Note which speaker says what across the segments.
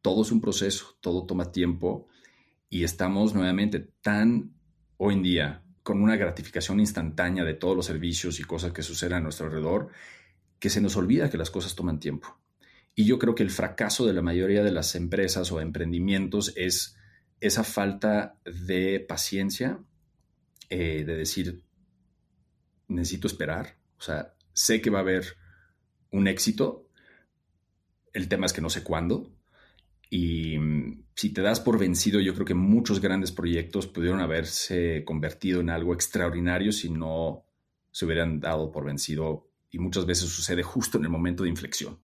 Speaker 1: todo es un proceso, todo toma tiempo y estamos nuevamente hoy en día con una gratificación instantánea de todos los servicios y cosas que suceden a nuestro alrededor, que se nos olvida que las cosas toman tiempo. Y yo creo que el fracaso de la mayoría de las empresas o emprendimientos es esa falta de paciencia, de decir, necesito esperar. O sea, sé que va a haber un éxito, el tema es que no sé cuándo. Y si te das por vencido, yo creo que muchos grandes proyectos pudieron haberse convertido en algo extraordinario si no se hubieran dado por vencido. Y muchas veces sucede justo en el momento de inflexión.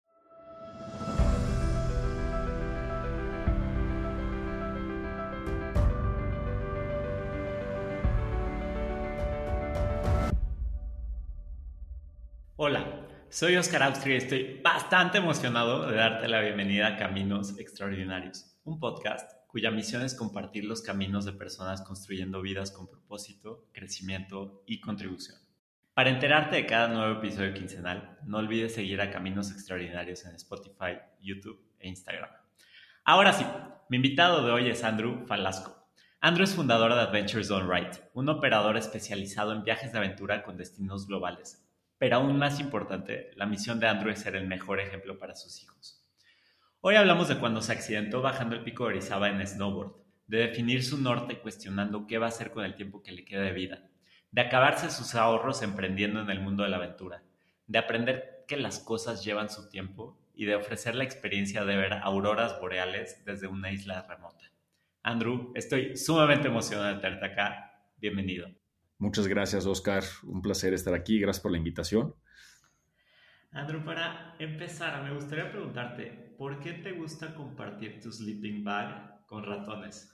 Speaker 2: Hola, soy Oscar Austria y estoy bastante emocionado de darte la bienvenida a Caminos Extraordinarios, un podcast cuya misión es compartir los caminos de personas construyendo vidas con propósito, crecimiento y contribución. Para enterarte de cada nuevo episodio quincenal, no olvides seguir a Caminos Extraordinarios en Spotify, YouTube e Instagram. Ahora sí, mi invitado de hoy es Andrew Falasco. Andrew es fundador de Adventure Zone Ride, un operador especializado en viajes de aventura con destinos globales. Pero aún más importante, la misión de Andrew es ser el mejor ejemplo para sus hijos. Hoy hablamos de cuando se accidentó bajando el pico de Orizaba en snowboard, de definir su norte cuestionando qué va a hacer con el tiempo que le queda de vida, de acabarse sus ahorros emprendiendo en el mundo de la aventura, de aprender que las cosas llevan su tiempo y de ofrecer la experiencia de ver auroras boreales desde una isla remota. Andrew, estoy sumamente emocionado de tenerte acá. Bienvenido.
Speaker 1: Muchas gracias, Oscar. Un placer estar aquí. Gracias por la invitación.
Speaker 2: Andrew, para empezar, me gustaría preguntarte, ¿por qué te gusta compartir tu sleeping bag con ratones?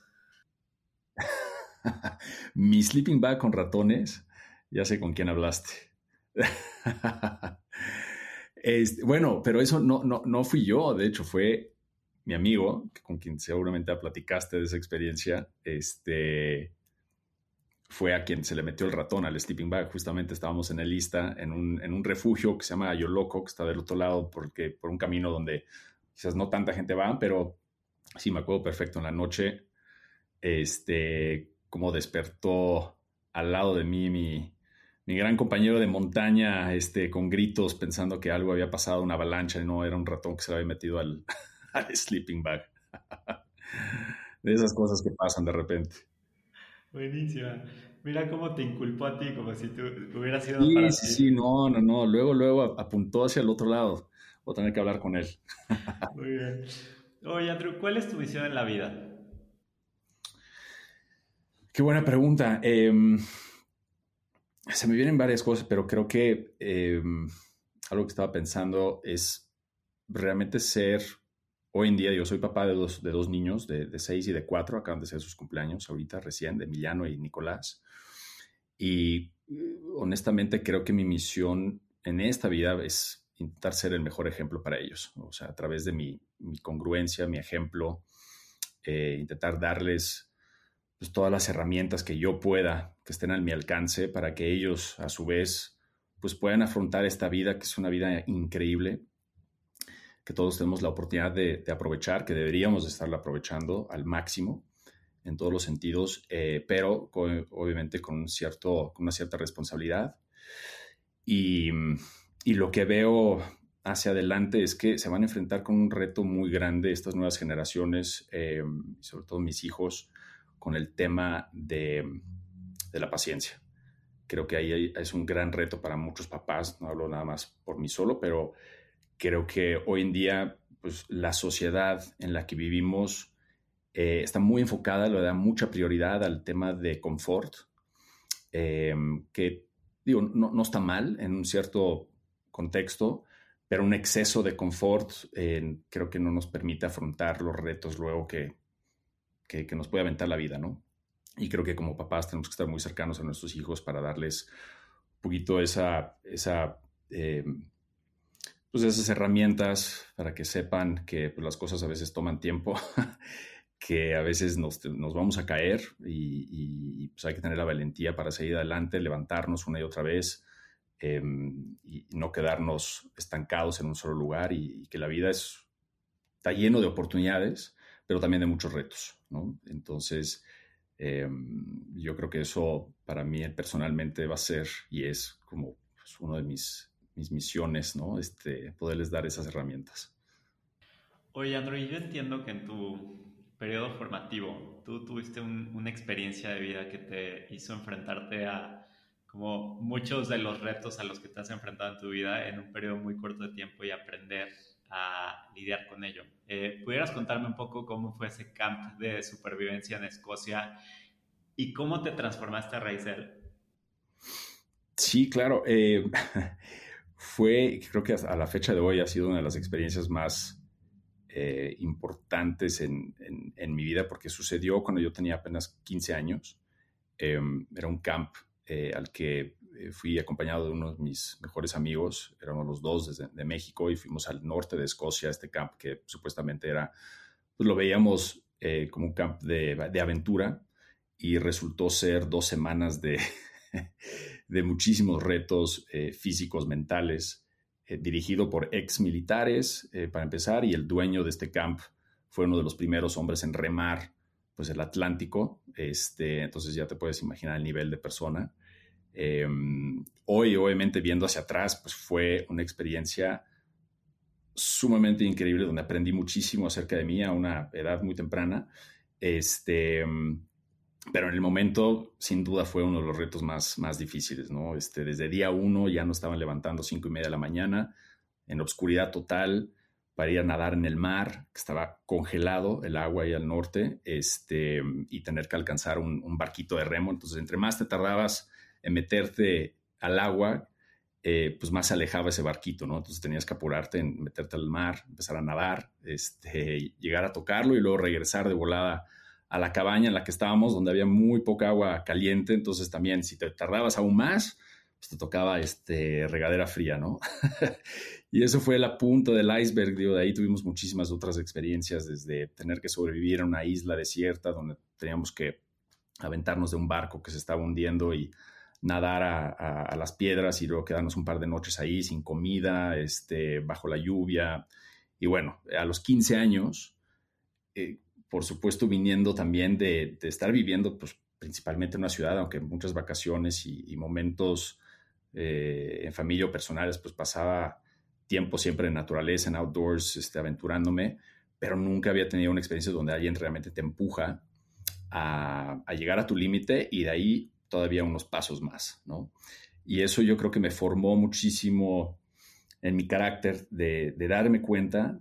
Speaker 1: Mi sleeping bag con ratones, ya sé con quién hablaste. Bueno, pero eso no fui yo, de hecho fue mi amigo, con quien seguramente platicaste de esa experiencia, fue a quien se le metió el ratón al sleeping bag. Justamente estábamos en el lista, en un refugio que se llama Ayoloco, que está del otro lado, por un camino donde quizás no tanta gente va, pero sí me acuerdo perfecto en la noche, como despertó al lado de mí mi gran compañero de montaña, con gritos, pensando que algo había pasado, una avalancha, y no, era un ratón que se le había metido al sleeping bag. De esas cosas que pasan de repente.
Speaker 2: Buenísima. Mira cómo te inculpó a ti, como si tú hubiera sido
Speaker 1: Sí,
Speaker 2: para
Speaker 1: sí,
Speaker 2: ti.
Speaker 1: sí, no. Luego apuntó hacia el otro lado. Voy a tener que hablar con él.
Speaker 2: Muy bien. Oye, Andrew, ¿cuál es tu misión en la vida?
Speaker 1: Qué buena pregunta. Se me vienen varias cosas, pero creo que algo que estaba pensando es realmente ser, hoy en día, yo soy papá de dos niños, de 6 y de 4, acaban de ser sus cumpleaños ahorita recién, de Emiliano y Nicolás. Y honestamente creo que mi misión en esta vida es intentar ser el mejor ejemplo para ellos. O sea, a través de mi congruencia, mi ejemplo, intentar darles pues, todas las herramientas que yo pueda, que estén a mi alcance, para que ellos a su vez pues puedan afrontar esta vida, que es una vida increíble, que todos tenemos la oportunidad de aprovechar, que deberíamos de estarla aprovechando al máximo en todos los sentidos, pero obviamente con una cierta responsabilidad. Y, y lo que veo hacia adelante es que se van a enfrentar con un reto muy grande estas nuevas generaciones, sobre todo mis hijos, con el tema de la paciencia. Creo que ahí es un gran reto para muchos papás, no hablo nada más por mí solo, pero creo que hoy en día pues, la sociedad en la que vivimos está muy enfocada, le da mucha prioridad al tema de confort, que digo, no está mal en un cierto contexto, pero un exceso de confort creo que no nos permite afrontar los retos luego que nos puede aventar la vida, ¿no? Y creo que como papás tenemos que estar muy cercanos a nuestros hijos para darles un poquito pues esas herramientas para que sepan que pues, las cosas a veces toman tiempo, que a veces nos vamos a caer y pues hay que tener la valentía para seguir adelante, levantarnos una y otra vez, y no quedarnos estancados en un solo lugar, y que la vida es está lleno de oportunidades, pero también de muchos retos, ¿no? Entonces, yo creo que eso para mí personalmente va a ser y es como pues, uno de mis misiones, ¿no? Poderles dar esas herramientas.
Speaker 2: Oye, Andrew, yo entiendo que en tu periodo formativo tú tuviste una experiencia de vida que te hizo enfrentarte a como muchos de los retos a los que te has enfrentado en tu vida en un periodo muy corto de tiempo y aprender a lidiar con ello. ¿Pudieras contarme un poco cómo fue ese camp de supervivencia en Escocia y cómo te transformaste a raíz de él?
Speaker 1: Sí, claro. Creo que a la fecha de hoy ha sido una de las experiencias más importantes en mi vida porque sucedió cuando yo tenía apenas 15 años. Era un camp al que fui acompañado de uno de mis mejores amigos, éramos los dos de México y fuimos al norte de Escocia, este camp que supuestamente era, pues lo veíamos como un camp de aventura y resultó ser 2 semanas de muchísimos retos físicos, mentales, dirigido por ex militares, para empezar, y el dueño de este camp fue uno de los primeros hombres en remar pues, el Atlántico. Entonces ya te puedes imaginar el nivel de persona. Hoy, obviamente, viendo hacia atrás, pues fue una experiencia sumamente increíble donde aprendí muchísimo acerca de mí a una edad muy temprana. Pero en el momento, sin duda, fue uno de los retos más difíciles, ¿no? Desde día uno ya no estaban levantando 5:30 de la mañana, en obscuridad total, para ir a nadar en el mar, que estaba congelado el agua ahí al norte, y tener que alcanzar un barquito de remo. Entonces, entre más te tardabas en meterte al agua, pues más se alejaba ese barquito, ¿no? Entonces tenías que apurarte en meterte al mar, empezar a nadar, llegar a tocarlo y luego regresar de volada a la cabaña en la que estábamos, donde había muy poca agua caliente. Entonces también, si te tardabas aún más, pues te tocaba regadera fría, ¿no? Y eso fue la punta del iceberg, digo, de ahí tuvimos muchísimas otras experiencias, desde tener que sobrevivir en una isla desierta donde teníamos que aventarnos de un barco que se estaba hundiendo y nadar a las piedras y luego quedarnos un par de noches ahí sin comida, bajo la lluvia. Y bueno, a los 15 años, por supuesto, viniendo también de estar viviendo pues, principalmente en una ciudad, aunque muchas vacaciones y momentos en familia o personales, pues pasaba tiempo siempre en naturaleza, en outdoors, aventurándome, pero nunca había tenido una experiencia donde alguien realmente te empuja a llegar a tu límite y de ahí todavía unos pasos más, ¿no? Y eso yo creo que me formó muchísimo en mi carácter de darme cuenta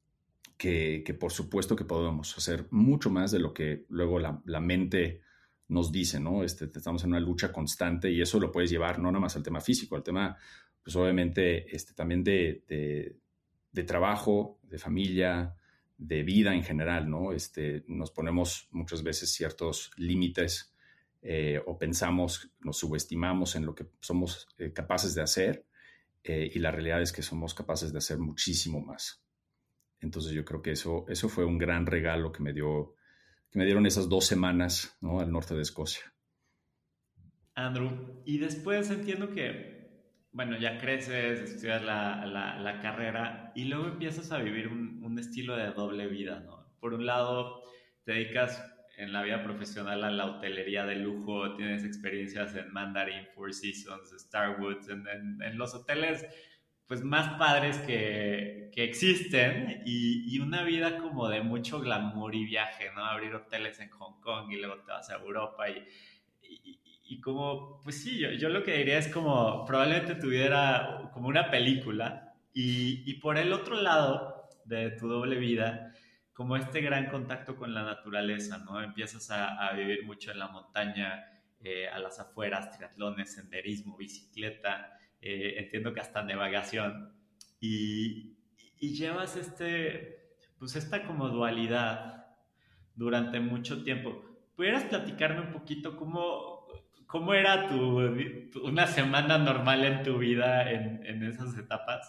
Speaker 1: que por supuesto que podemos hacer mucho más de lo que luego la mente nos dice, ¿no? Estamos en una lucha constante y eso lo puedes llevar no nada más al tema físico, al tema, pues obviamente, también de trabajo, de familia, de vida en general, ¿no? Nos ponemos muchas veces ciertos límites o pensamos, nos subestimamos en lo que somos capaces de hacer y la realidad es que somos capaces de hacer muchísimo más. Entonces yo creo que eso fue un gran regalo que me dieron esas 2 semanas, ¿no? Al norte de Escocia.
Speaker 2: Andrew, y después entiendo que, bueno, ya creces, estudias la carrera y luego empiezas a vivir un estilo de doble vida, ¿no? Por un lado, te dedicas en la vida profesional a la hotelería de lujo, tienes experiencias en Mandarin, Four Seasons, Starwoods, en los hoteles pues más padres que existen y una vida como de mucho glamour y viaje, ¿no? Abrir hoteles en Hong Kong y luego te vas a Europa y como, pues sí, yo lo que diría es como probablemente tuviera como una película y por el otro lado de tu doble vida, como este gran contacto con la naturaleza, ¿no? Empiezas a vivir mucho en la montaña, a las afueras, triatlones, senderismo, bicicleta, entiendo que hasta navegación, y, y llevas pues esta como dualidad durante mucho tiempo. ¿Pudieras platicarme un poquito cómo era una semana normal en tu vida en esas etapas?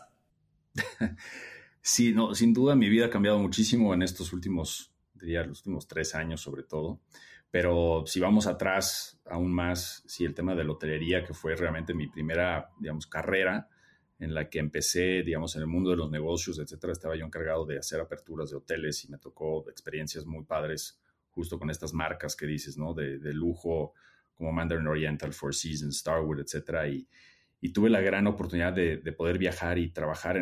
Speaker 1: Sí, no, sin duda mi vida ha cambiado muchísimo en estos últimos, diría, los últimos 3 años sobre todo. Pero si vamos atrás aún más, sí, el tema de la hotelería, que fue realmente mi primera, digamos, carrera, en la que empecé, digamos, en el mundo de los negocios, etcétera. Estaba yo encargado de hacer aperturas de hoteles y me tocó experiencias muy padres justo con estas marcas que dices, ¿no? De lujo, como Mandarin Oriental, Four Seasons, Starwood, etcétera. Y tuve la gran oportunidad de poder viajar y trabajar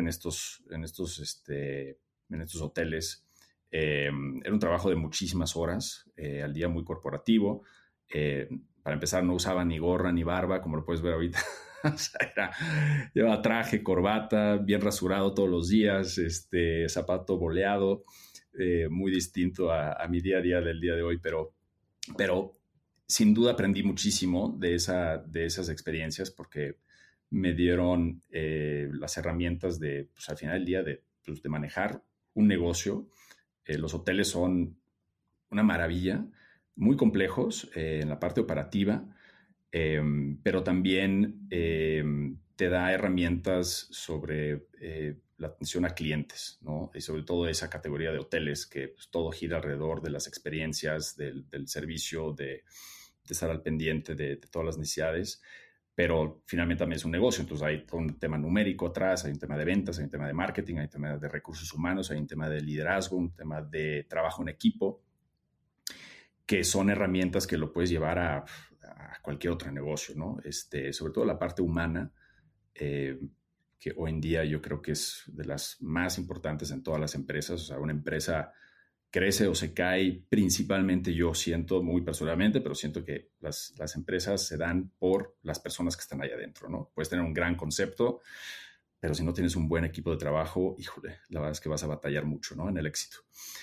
Speaker 1: en estos hoteles. Era un trabajo de muchísimas horas al día, muy corporativo. Para empezar, no usaba ni gorra ni barba, como lo puedes ver ahorita. O sea, llevaba traje, corbata, bien rasurado todos los días, zapato boleado, muy distinto a mi día a día del día de hoy, pero sin duda aprendí muchísimo de esas experiencias porque me dieron las herramientas de, pues, al final del día, pues, de manejar un negocio. Los hoteles son una maravilla, muy complejos en la parte operativa, pero también te da herramientas sobre la atención a clientes, ¿no? Y sobre todo esa categoría de hoteles que pues, todo gira alrededor de las experiencias, del servicio, de estar al pendiente de todas las necesidades, pero finalmente también es un negocio, entonces hay todo un tema numérico atrás, hay un tema de ventas, hay un tema de marketing, hay un tema de recursos humanos, hay un tema de liderazgo, un tema de trabajo en equipo, que son herramientas que lo puedes llevar a cualquier otro negocio, ¿no? Sobre todo la parte humana, que hoy en día yo creo que es de las más importantes en todas las empresas. O sea, una empresa crece o se cae principalmente, yo siento muy personalmente, pero siento que las empresas se dan por las personas que están ahí adentro, ¿no? Puedes tener un gran concepto, pero si no tienes un buen equipo de trabajo, híjole, la verdad es que vas a batallar mucho, ¿no? En el éxito.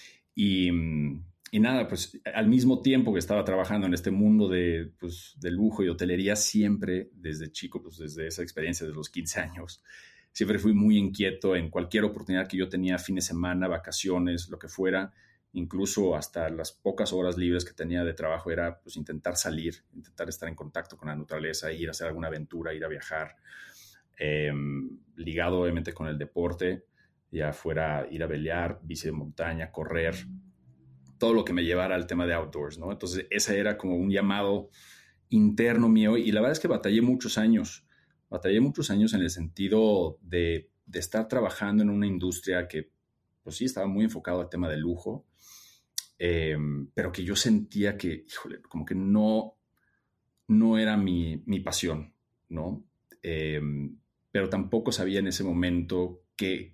Speaker 1: Y nada, pues al mismo tiempo que estaba trabajando en este mundo pues, de lujo y hotelería, siempre desde chico, pues desde esa experiencia de los 15 años, siempre fui muy inquieto en cualquier oportunidad que yo tenía, fin de semana, vacaciones, lo que fuera, incluso hasta las pocas horas libres que tenía de trabajo era pues intentar salir, intentar estar en contacto con la naturaleza, ir a hacer alguna aventura, ir a viajar, ligado obviamente con el deporte, ya fuera ir a velear, bici de montaña, correr, todo lo que me llevara al tema de outdoors, ¿no? Entonces, ese era como un llamado interno mío y la verdad es que batallé muchos años en el sentido de estar trabajando en una industria que, pues sí, estaba muy enfocado al tema de lujo, pero que yo sentía que, híjole, como que no era mi pasión, ¿no? Pero tampoco sabía en ese momento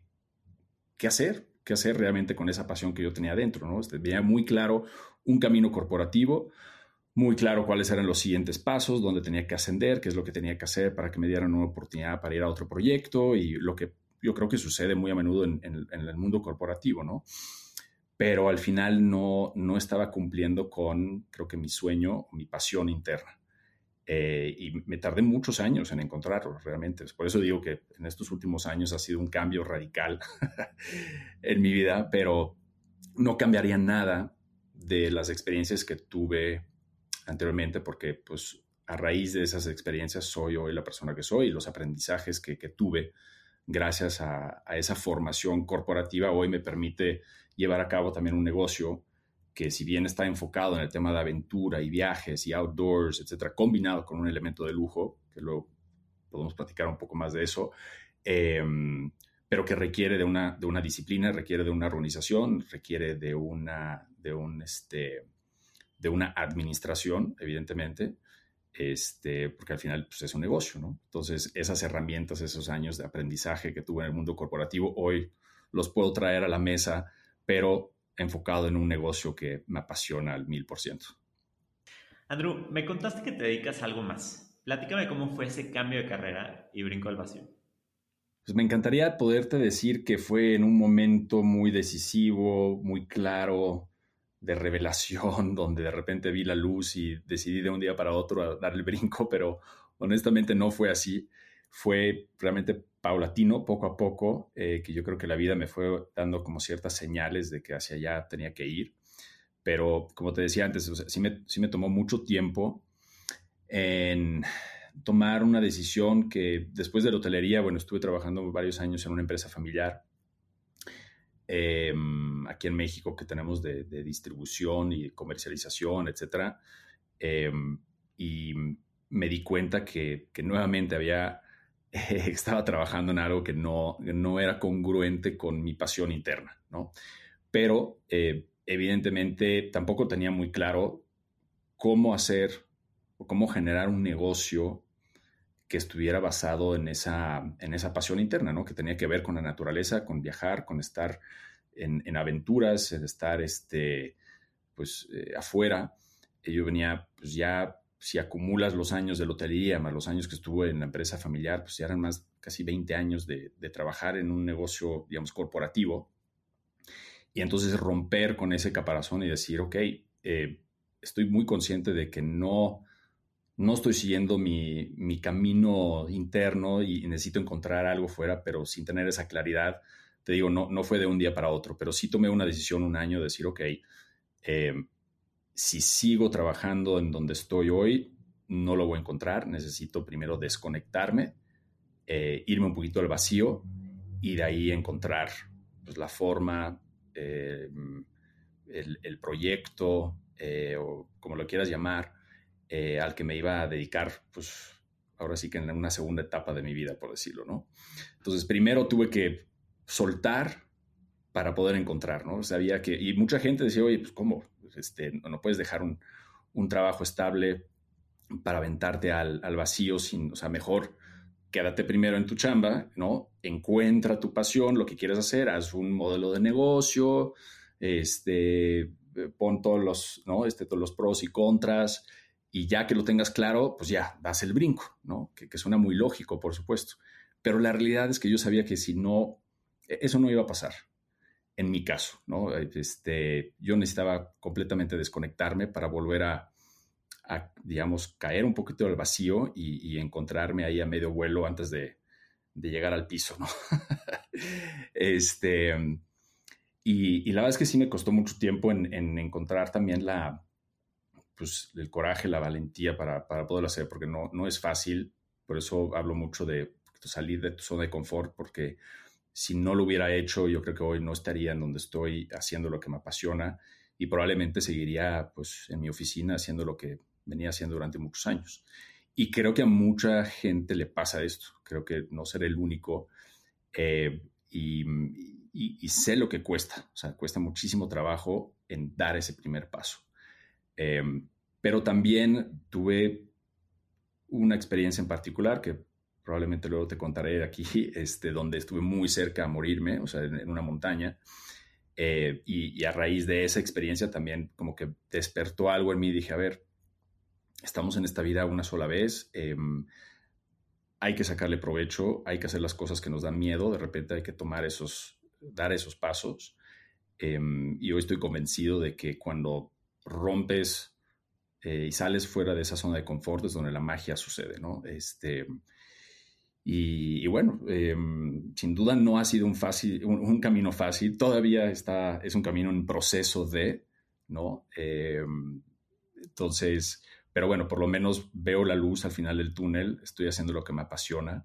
Speaker 1: qué hacer realmente con esa pasión que yo tenía dentro, ¿no? Veía muy claro un camino corporativo, muy claro cuáles eran los siguientes pasos, dónde tenía que ascender, qué es lo que tenía que hacer para que me dieran una oportunidad para ir a otro proyecto y lo que yo creo que sucede muy a menudo en el mundo corporativo, ¿no? Pero al final no estaba cumpliendo con, creo que mi sueño, mi pasión interna. Y me tardé muchos años en encontrarlo realmente. Por eso digo que en estos últimos años ha sido un cambio radical en mi vida, pero no cambiaría nada de las experiencias que tuve anteriormente, porque pues a raíz de esas experiencias soy hoy la persona que soy y los aprendizajes que tuve gracias a esa formación corporativa hoy me permite llevar a cabo también un negocio que si bien está enfocado en el tema de aventura y viajes y outdoors, etcétera, combinado con un elemento de lujo, que luego podemos platicar un poco más de eso, pero que requiere de una disciplina, requiere de una organización, requiere de una administración, evidentemente, porque al final pues, es un negocio, ¿no? Entonces, esas herramientas, esos años de aprendizaje que tuve en el mundo corporativo, hoy los puedo traer a la mesa, pero enfocado en un negocio que me apasiona al 1000%.
Speaker 2: Andrew, me contaste que te dedicas a algo más. Platícame cómo fue ese cambio de carrera y brinco al vacío.
Speaker 1: Pues me encantaría poderte decir que fue en un momento muy decisivo, muy claro, de revelación, donde de repente vi la luz y decidí de un día para otro dar el brinco, pero honestamente no fue así. Fue realmente paulatino, poco a poco, que yo creo que la vida me fue dando como ciertas señales de que hacia allá tenía que ir. Pero como te decía antes, o sea, sí me tomó mucho tiempo en tomar una decisión que después de la hotelería, bueno, estuve trabajando varios años en una empresa familiar aquí en México que tenemos de distribución y comercialización, etcétera. Y me di cuenta que nuevamente había estaba trabajando en algo que no era congruente con mi pasión interna, ¿no? Pero evidentemente tampoco tenía muy claro cómo hacer o cómo generar un negocio que estuviera basado en esa pasión interna, ¿no? Que tenía que ver con la naturaleza, con viajar, con estar en aventuras, en estar afuera. Yo venía, pues ya, si acumulas los años de lotería más los años que estuve en la empresa familiar, pues ya eran más casi 20 años de trabajar en un negocio, digamos, corporativo. Y entonces romper con ese caparazón y decir, ok, estoy muy consciente de que no estoy siguiendo mi camino interno y necesito encontrar algo fuera, pero sin tener esa claridad. Te digo, no fue de un día para otro, pero sí tomé una decisión un año de decir, ok, si sigo trabajando en donde estoy hoy, no lo voy a encontrar. Necesito primero desconectarme, irme un poquito al vacío y de ahí encontrar pues, la forma, el proyecto o como lo quieras llamar, al que me iba a dedicar, pues ahora sí que en una segunda etapa de mi vida, por decirlo, ¿no? Entonces, primero tuve que soltar para poder encontrar, ¿no? Sabía que, y mucha gente decía, oye, pues ¿cómo? No puedes dejar un trabajo estable para aventarte al vacío, o sea, mejor quédate primero en tu chamba, ¿no? Encuentra tu pasión, lo que quieres hacer, haz un modelo de negocio, pon todos los, ¿no? Todos los pros y contras, y ya que lo tengas claro, pues ya, das el brinco, ¿no? Que suena muy lógico, por supuesto. Pero la realidad es que yo sabía que si no, eso no iba a pasar, en mi caso, ¿no? Yo necesitaba completamente desconectarme para volver a digamos, caer un poquito al vacío y encontrarme ahí a medio vuelo antes de llegar al piso, ¿no? este, y la verdad es que sí me costó mucho tiempo en encontrar también pues, el coraje, la valentía para poderlo hacer, porque no es fácil. Por eso hablo mucho de salir de tu zona de confort, porque si no lo hubiera hecho, yo creo que hoy no estaría en donde estoy haciendo lo que me apasiona y probablemente seguiría pues, en mi oficina haciendo lo que venía haciendo durante muchos años. Y creo que a mucha gente le pasa esto. Creo que no seré el único. Y sé lo que cuesta. O sea, cuesta muchísimo trabajo en dar ese primer paso. Eh, pero también tuve una experiencia en particular que probablemente luego te contaré aquí, donde estuve muy cerca a morirme, o sea, en una montaña. Y a raíz de esa experiencia también como que despertó algo en mí. Dije, a ver, estamos en esta vida una sola vez, hay que sacarle provecho, hay que hacer las cosas que nos dan miedo, de repente hay que dar esos pasos. Y hoy estoy convencido de que cuando rompes y sales fuera de esa zona de confort es donde la magia sucede, ¿no? Y bueno, sin duda no ha sido un camino fácil, todavía es un camino en proceso de, ¿no? Entonces, pero bueno, por lo menos veo la luz al final del túnel, estoy haciendo lo que me apasiona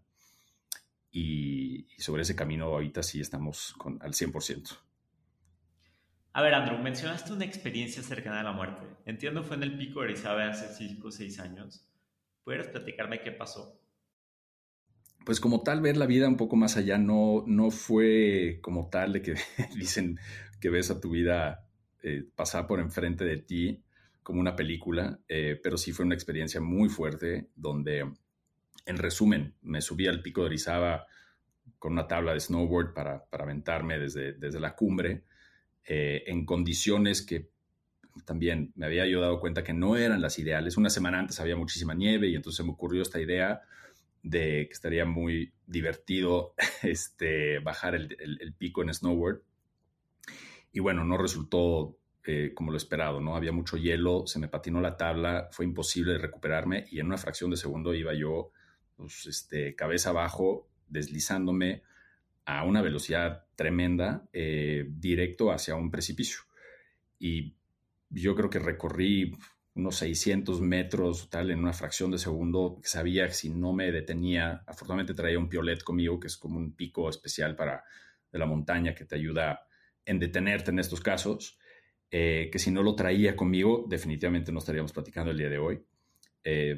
Speaker 1: y sobre ese camino ahorita sí estamos al 100%.
Speaker 2: A ver, Andrew, mencionaste una experiencia cercana a la muerte. Entiendo fue en el Pico de Orizaba hace 5 o 6 años. ¿Puedes platicarme qué pasó?
Speaker 1: Pues como tal, ver la vida un poco más allá no fue como tal de que dicen que ves a tu vida pasar por enfrente de ti como una película, pero sí fue una experiencia muy fuerte donde, en resumen, me subí al Pico de Orizaba con una tabla de snowboard para aventarme desde la cumbre, en condiciones que también me había yo dado cuenta que no eran las ideales. Una semana antes había muchísima nieve y entonces me ocurrió esta idea de que estaría muy divertido bajar el pico en snowboard. Y bueno, no resultó como lo esperado, ¿no? Había mucho hielo, se me patinó la tabla, fue imposible recuperarme y en una fracción de segundo iba yo pues, cabeza abajo, deslizándome a una velocidad tremenda, directo hacia un precipicio. Y yo creo que recorrí unos 600 metros tal en una fracción de segundo. Sabía que si no me detenía, afortunadamente traía un piolet conmigo, que es como un pico especial de la montaña que te ayuda en detenerte en estos casos, que si no lo traía conmigo, definitivamente no estaríamos platicando el día de hoy.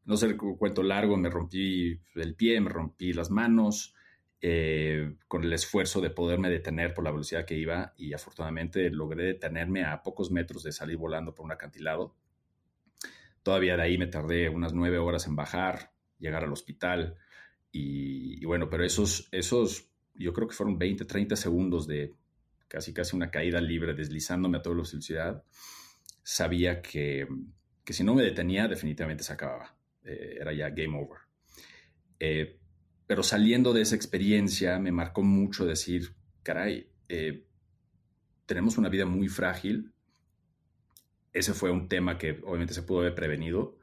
Speaker 1: no sé, cuento largo, me rompí el pie, me rompí las manos, con el esfuerzo de poderme detener por la velocidad que iba, y afortunadamente logré detenerme a pocos metros de salir volando por un acantilado. Todavía de ahí me tardé unas 9 horas en bajar, llegar al hospital y bueno, pero esos yo creo que fueron 20, 30 segundos de casi una caída libre deslizándome a toda velocidad. Sabía que si no me detenía definitivamente se acababa. Era ya game over. Eh, pero saliendo de esa experiencia me marcó mucho decir, caray, tenemos una vida muy frágil. Ese fue un tema que obviamente se pudo haber prevenido,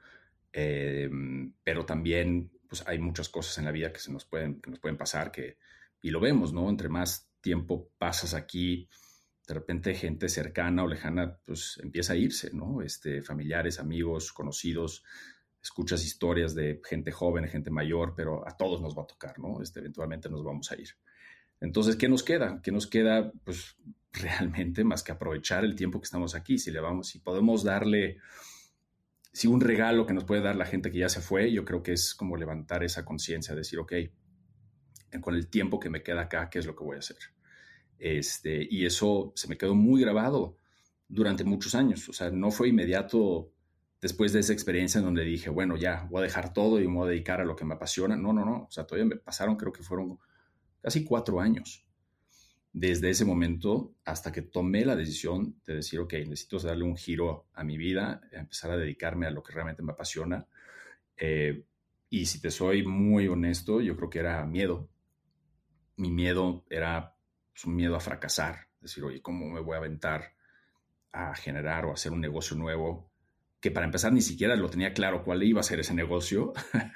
Speaker 1: pero también pues, hay muchas cosas en la vida que que nos pueden pasar, y lo vemos, ¿no? Entre más tiempo pasas aquí, de repente gente cercana o lejana pues empieza a irse, ¿no? Familiares, amigos, conocidos, escuchas historias de gente joven, gente mayor, pero a todos nos va a tocar, ¿no? Eventualmente nos vamos a ir. Entonces, ¿qué nos queda? ¿Qué nos queda? Pues realmente más que aprovechar el tiempo que estamos aquí. Si podemos darle, si un regalo que nos puede dar la gente que ya se fue, yo creo que es como levantar esa conciencia, decir, ok, con el tiempo que me queda acá, ¿qué es lo que voy a hacer? Y eso se me quedó muy grabado durante muchos años. O sea, no fue inmediato después de esa experiencia en donde dije, bueno, ya voy a dejar todo y me voy a dedicar a lo que me apasiona. No, no, no. O sea, todavía me pasaron, creo que fueron casi 4 años desde ese momento hasta que tomé la decisión de decir, ok, necesito darle un giro a mi vida, empezar a dedicarme a lo que realmente me apasiona. Y si te soy muy honesto, yo creo que era miedo. Mi miedo era pues, un miedo a fracasar. Decir, oye, ¿cómo me voy a aventar a generar o hacer un negocio nuevo? Que para empezar ni siquiera lo tenía claro cuál iba a ser ese negocio.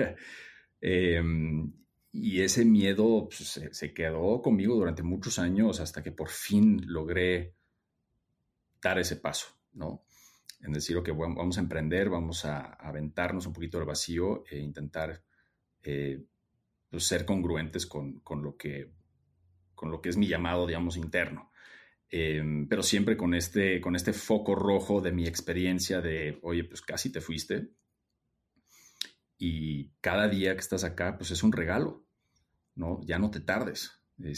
Speaker 1: Y ese miedo pues, se quedó conmigo durante muchos años hasta que por fin logré dar ese paso, ¿no? En decir, ok, bueno, vamos a emprender, vamos a aventarnos un poquito al vacío e intentar pues, ser congruentes con lo que es mi llamado, digamos, interno. Pero siempre con este foco rojo de mi experiencia de, oye, pues casi te fuiste. Y cada día que estás acá, pues es un regalo, ¿no? Ya no te tardes,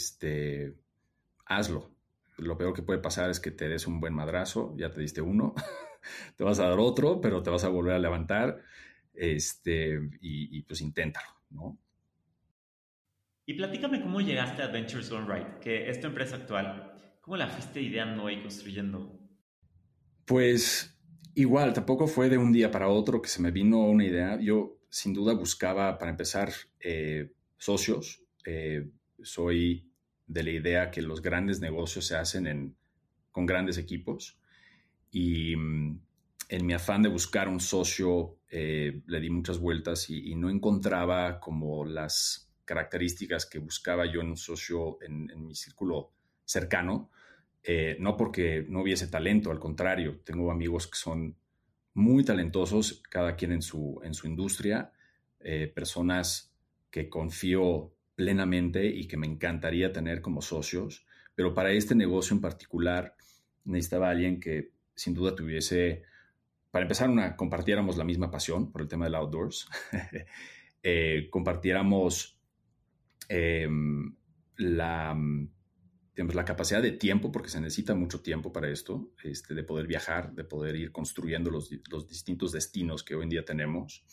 Speaker 1: hazlo. Lo peor que puede pasar es que te des un buen madrazo, ya te diste uno, te vas a dar otro, pero te vas a volver a levantar, y pues inténtalo, ¿no?
Speaker 2: Y platícame cómo llegaste a Adventures Gone Right, que es tu empresa actual. ¿Cómo la fuiste ideando y construyendo?
Speaker 1: Pues igual, tampoco fue de un día para otro que se me vino una idea. Yo sin duda buscaba, para empezar, socios. Soy de la idea que los grandes negocios se hacen con grandes equipos. Y en mi afán de buscar un socio, le di muchas vueltas y no encontraba como las características que buscaba yo en un socio en mi círculo cercano. No porque no hubiese talento, al contrario, tengo amigos que son muy talentosos, cada quien en su industria, personas que confío plenamente y que me encantaría tener como socios, pero para este negocio en particular necesitaba alguien que sin duda tuviese, para empezar, compartiéramos la misma pasión por el tema del outdoors, compartiéramos eh, la digamos, la capacidad de tiempo, porque se necesita mucho tiempo para esto, de poder viajar, de poder ir construyendo los distintos destinos que hoy en día tenemos.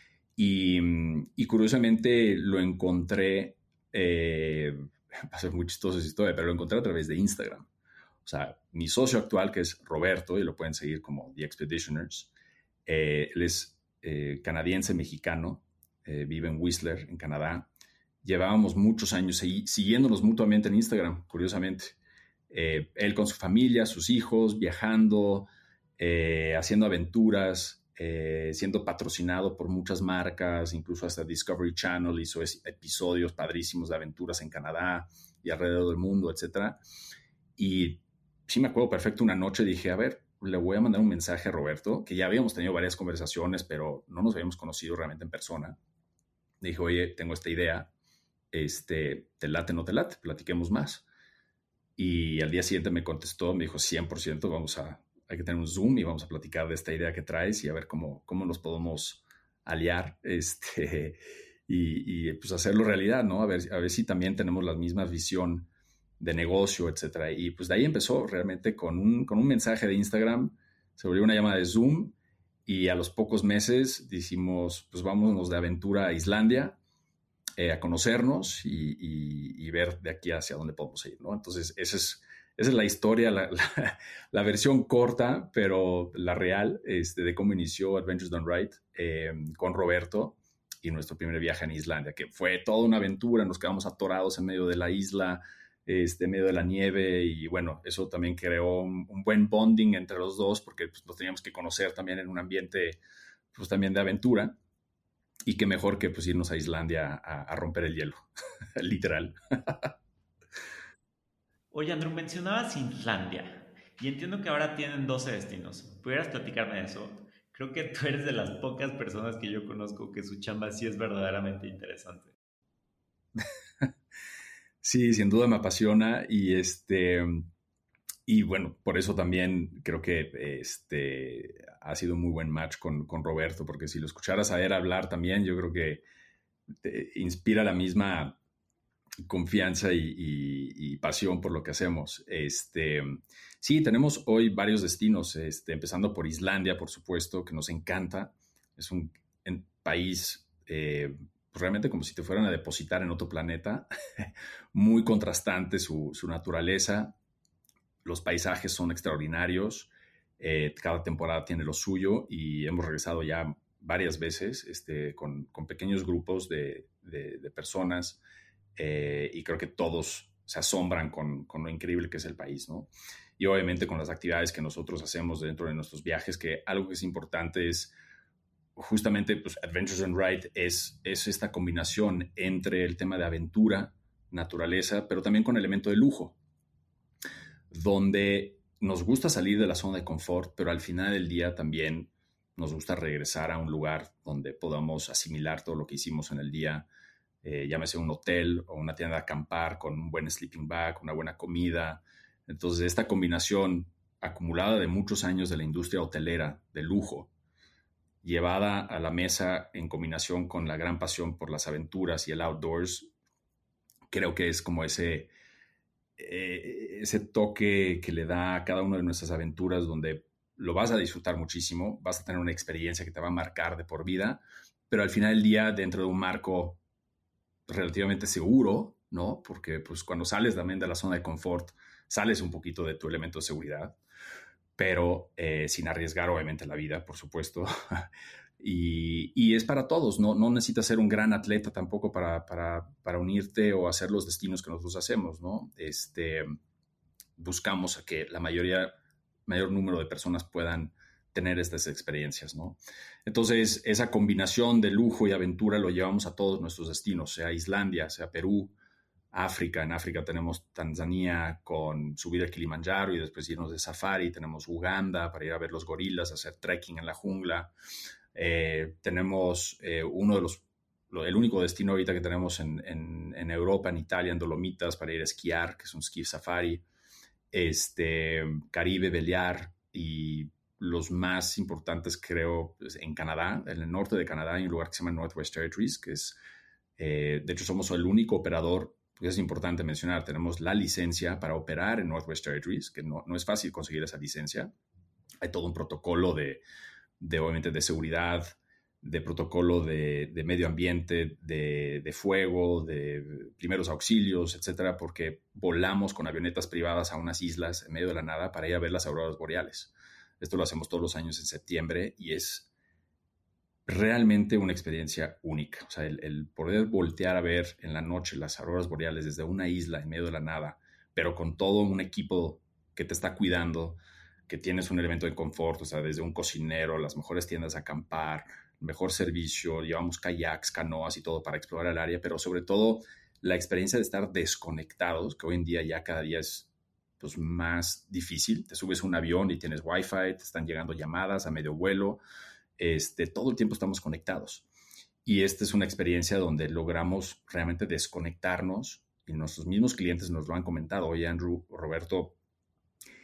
Speaker 1: Y curiosamente lo encontré, va a ser muy chistosa esa historia, pero lo encontré a través de Instagram. O sea, mi socio actual, que es Roberto, y lo pueden seguir como The Expeditioners, él es canadiense-mexicano, vive en Whistler, en Canadá. Llevábamos muchos años siguiéndonos mutuamente en Instagram, curiosamente. Él con su familia, sus hijos, viajando, haciendo aventuras, siendo patrocinado por muchas marcas, incluso hasta Discovery Channel hizo episodios padrísimos de aventuras en Canadá y alrededor del mundo, etc. Y sí me acuerdo perfecto, una noche dije, a ver, le voy a mandar un mensaje a Roberto, que ya habíamos tenido varias conversaciones, pero no nos habíamos conocido realmente en persona. Dije, oye, tengo esta idea, ¿te late, no te late? Platiquemos más. Y al día siguiente me contestó, me dijo 100%, hay que tener un Zoom y vamos a platicar de esta idea que traes y a ver cómo nos podemos aliar pues hacerlo realidad, ¿no? A ver si también tenemos la misma visión de negocio, etcétera. Y pues de ahí empezó realmente con un mensaje de Instagram, se volvió una llamada de Zoom y a los pocos meses decimos, pues vámonos de aventura a Islandia a conocernos y ver de aquí hacia dónde podemos ir, ¿no? Entonces, esa es la historia, la versión corta, pero la real, de cómo inició Adventures Done Right con Roberto y nuestro primer viaje en Islandia, que fue toda una aventura, nos quedamos atorados en medio de la isla, en medio de la nieve, y bueno, eso también creó un buen bonding entre los dos, porque pues, nos teníamos que conocer también en un ambiente pues también de aventura, y qué mejor que pues irnos a Islandia a romper el hielo, literal.
Speaker 2: Oye, Andrew, mencionabas Islandia y entiendo que ahora tienen 12 destinos. ¿Pudieras platicarme de eso? Creo que tú eres de las pocas personas que yo conozco que su chamba sí es verdaderamente interesante.
Speaker 1: Sí, sin duda me apasiona y bueno, por eso también creo que ha sido un muy buen match con Roberto, porque si lo escucharas a él hablar también, yo creo que te inspira la misma confianza y pasión por lo que hacemos. Sí, tenemos hoy varios destinos, empezando por Islandia, por supuesto, que nos encanta. Es un país pues realmente como si te fueran a depositar en otro planeta, muy contrastante su naturaleza, los paisajes son extraordinarios, cada temporada tiene lo suyo y hemos regresado ya varias veces con pequeños grupos de personas y creo que todos se asombran con lo increíble que es el país, ¿no? Y obviamente con las actividades que nosotros hacemos dentro de nuestros viajes, que algo que es importante es justamente, pues, Adventures on Ride es esta combinación entre el tema de aventura, naturaleza, pero también con elemento de lujo, donde nos gusta salir de la zona de confort, pero al final del día también nos gusta regresar a un lugar donde podamos asimilar todo lo que hicimos en el día, llámese un hotel o una tienda de acampar con un buen sleeping bag, una buena comida. Entonces, esta combinación acumulada de muchos años de la industria hotelera de lujo, llevada a la mesa en combinación con la gran pasión por las aventuras y el outdoors, creo que es como ese toque que le da a cada una de nuestras aventuras donde lo vas a disfrutar muchísimo, vas a tener una experiencia que te va a marcar de por vida, pero al final del día dentro de un marco relativamente seguro, ¿no? Porque pues cuando sales también de la zona de confort, sales un poquito de tu elemento de seguridad, pero sin arriesgar obviamente la vida, por supuesto. Y es para todos, ¿no? No necesitas ser un gran atleta tampoco para unirte o hacer los destinos que nosotros hacemos, ¿no? Buscamos a que mayor número de personas puedan tener estas experiencias, ¿no? Entonces, esa combinación de lujo y aventura lo llevamos a todos nuestros destinos, sea Islandia, sea Perú, África. En África tenemos Tanzania con subir el Kilimanjaro y después irnos de safari. Tenemos Uganda para ir a ver los gorilas, hacer trekking en la jungla. Tenemos uno de el único destino ahorita que tenemos en Europa, en Italia, en Dolomitas, para ir a esquiar, que es un ski safari. Caribe, Beliar y los más importantes creo pues, en Canadá, en el norte de Canadá hay un lugar que se llama Northwest Territories, que es, de hecho somos el único operador, pues es importante mencionar, tenemos la licencia para operar en Northwest Territories, que no es fácil conseguir esa licencia, hay todo un protocolo obviamente de seguridad, de protocolo de medio ambiente, de fuego, de primeros auxilios, etcétera, porque volamos con avionetas privadas a unas islas en medio de la nada para ir a ver las auroras boreales. Esto lo hacemos todos los años en septiembre y es realmente una experiencia única. O sea, el poder voltear a ver en la noche las auroras boreales desde una isla en medio de la nada, pero con todo un equipo que te está cuidando, que tienes un elemento de confort, o sea, desde un cocinero, las mejores tiendas de acampar, mejor servicio, llevamos kayaks, canoas y todo para explorar el área, pero sobre todo la experiencia de estar desconectados, que hoy en día ya cada día es pues, más difícil. Te subes a un avión y tienes wifi, te están llegando llamadas a medio vuelo, todo el tiempo estamos conectados. Y esta es una experiencia donde logramos realmente desconectarnos y nuestros mismos clientes nos lo han comentado. Oye, Andrew, Roberto,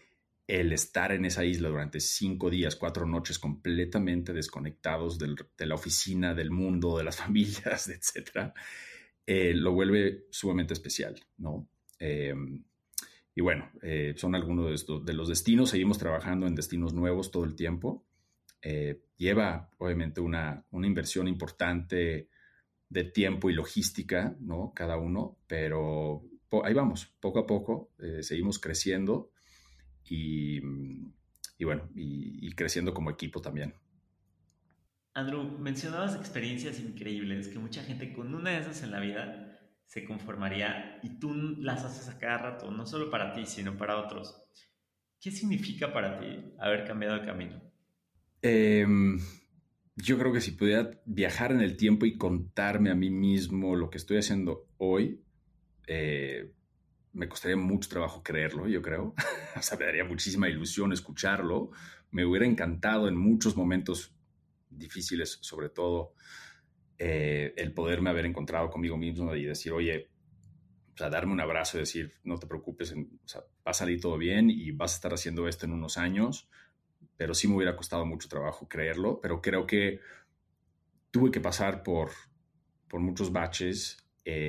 Speaker 1: el estar en esa isla durante 5 días, 4 noches completamente desconectados de la oficina, del mundo, de las familias, etcétera, lo vuelve sumamente especial, ¿no? Eh, y bueno, son algunos de los destinos. Seguimos trabajando en destinos nuevos todo el tiempo. Lleva, obviamente, una inversión importante de tiempo y logística, ¿no? Cada uno, pero ahí vamos, poco a poco, seguimos creciendo y, y bueno, y creciendo como equipo también.
Speaker 2: Andrew, mencionabas experiencias increíbles que mucha gente con una de esas en la vida se conformaría y tú las haces a cada rato, no solo para ti, sino para otros. ¿Qué significa para ti haber cambiado de camino?
Speaker 1: Em, yo creo que si pudiera viajar en el tiempo y contarme a mí mismo lo que estoy haciendo hoy, eh, me costaría mucho trabajo creerlo, yo creo. O sea, me daría muchísima ilusión escucharlo. Me hubiera encantado en muchos momentos difíciles, sobre todo, el poderme haber encontrado conmigo mismo y decir, oye, o sea, darme un abrazo y decir, no te preocupes, o sea, va a salir todo bien y vas a estar haciendo esto en unos años, pero sí me hubiera costado mucho trabajo creerlo, pero creo que tuve que pasar por muchos baches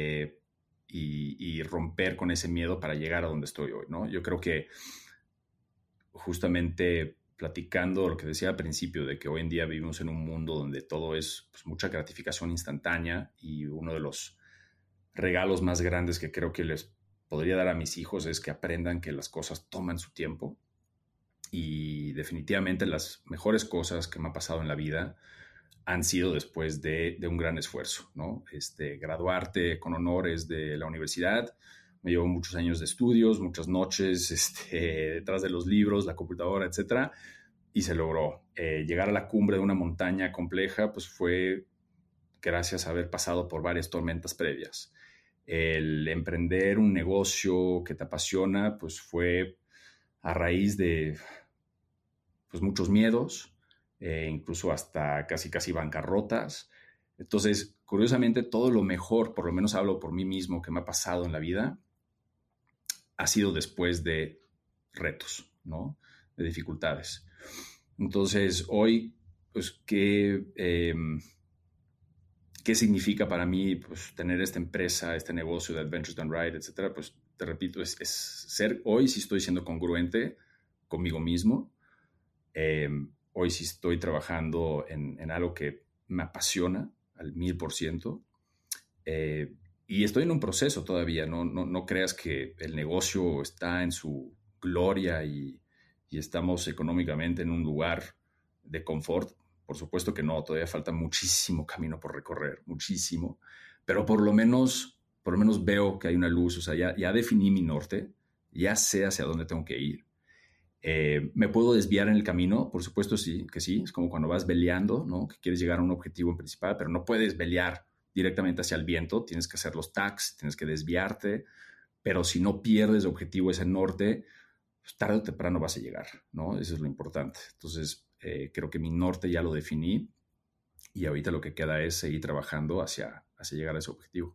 Speaker 1: y romper con ese miedo para llegar a donde estoy hoy, ¿no? Yo creo que justamente platicando lo que decía al principio, de que hoy en día vivimos en un mundo donde todo es pues, mucha gratificación instantánea, y uno de los regalos más grandes que creo que les podría dar a mis hijos es que aprendan que las cosas toman su tiempo, y definitivamente las mejores cosas que me ha pasado en la vida han sido después de un gran esfuerzo, ¿no? Graduarte con honores de la universidad me llevó muchos años de estudios, muchas noches detrás de los libros, la computadora, etcétera, y se logró. Llegar a la cumbre de una montaña compleja, pues fue gracias a haber pasado por varias tormentas previas. El emprender un negocio que te apasiona, pues fue a raíz de pues, muchos miedos, incluso hasta casi bancarrotas. Entonces, curiosamente, todo lo mejor, por lo menos hablo por mí mismo, que me ha pasado en la vida, ha sido después de retos, ¿no? De dificultades. Entonces, hoy, pues, ¿qué significa para mí pues, tener esta empresa, este negocio de Adventures Done Right, etcétera? Pues, te repito, es ser, hoy sí estoy siendo congruente conmigo mismo. Hoy sí estoy trabajando en algo que me apasiona al 1000%. Y estoy en un proceso todavía, no creas que el negocio está en su gloria y estamos económicamente en un lugar de confort. Por supuesto que no, todavía falta muchísimo camino por recorrer, muchísimo, pero por lo menos veo que hay una luz, o sea, ya definí mi norte, ya sé hacia dónde tengo que ir. ¿Me puedo desviar en el camino? Por supuesto sí, que sí. Es como cuando vas veleando, ¿no? Que quieres llegar a un objetivo en principal, pero no puedes velear directamente hacia el viento. Tienes que hacer los tags, tienes que desviarte. Pero si no pierdes de objetivo ese norte, pues tarde o temprano vas a llegar, ¿no? Eso es lo importante. Entonces, creo que mi norte ya lo definí y ahorita lo que queda es seguir trabajando hacia llegar a ese objetivo.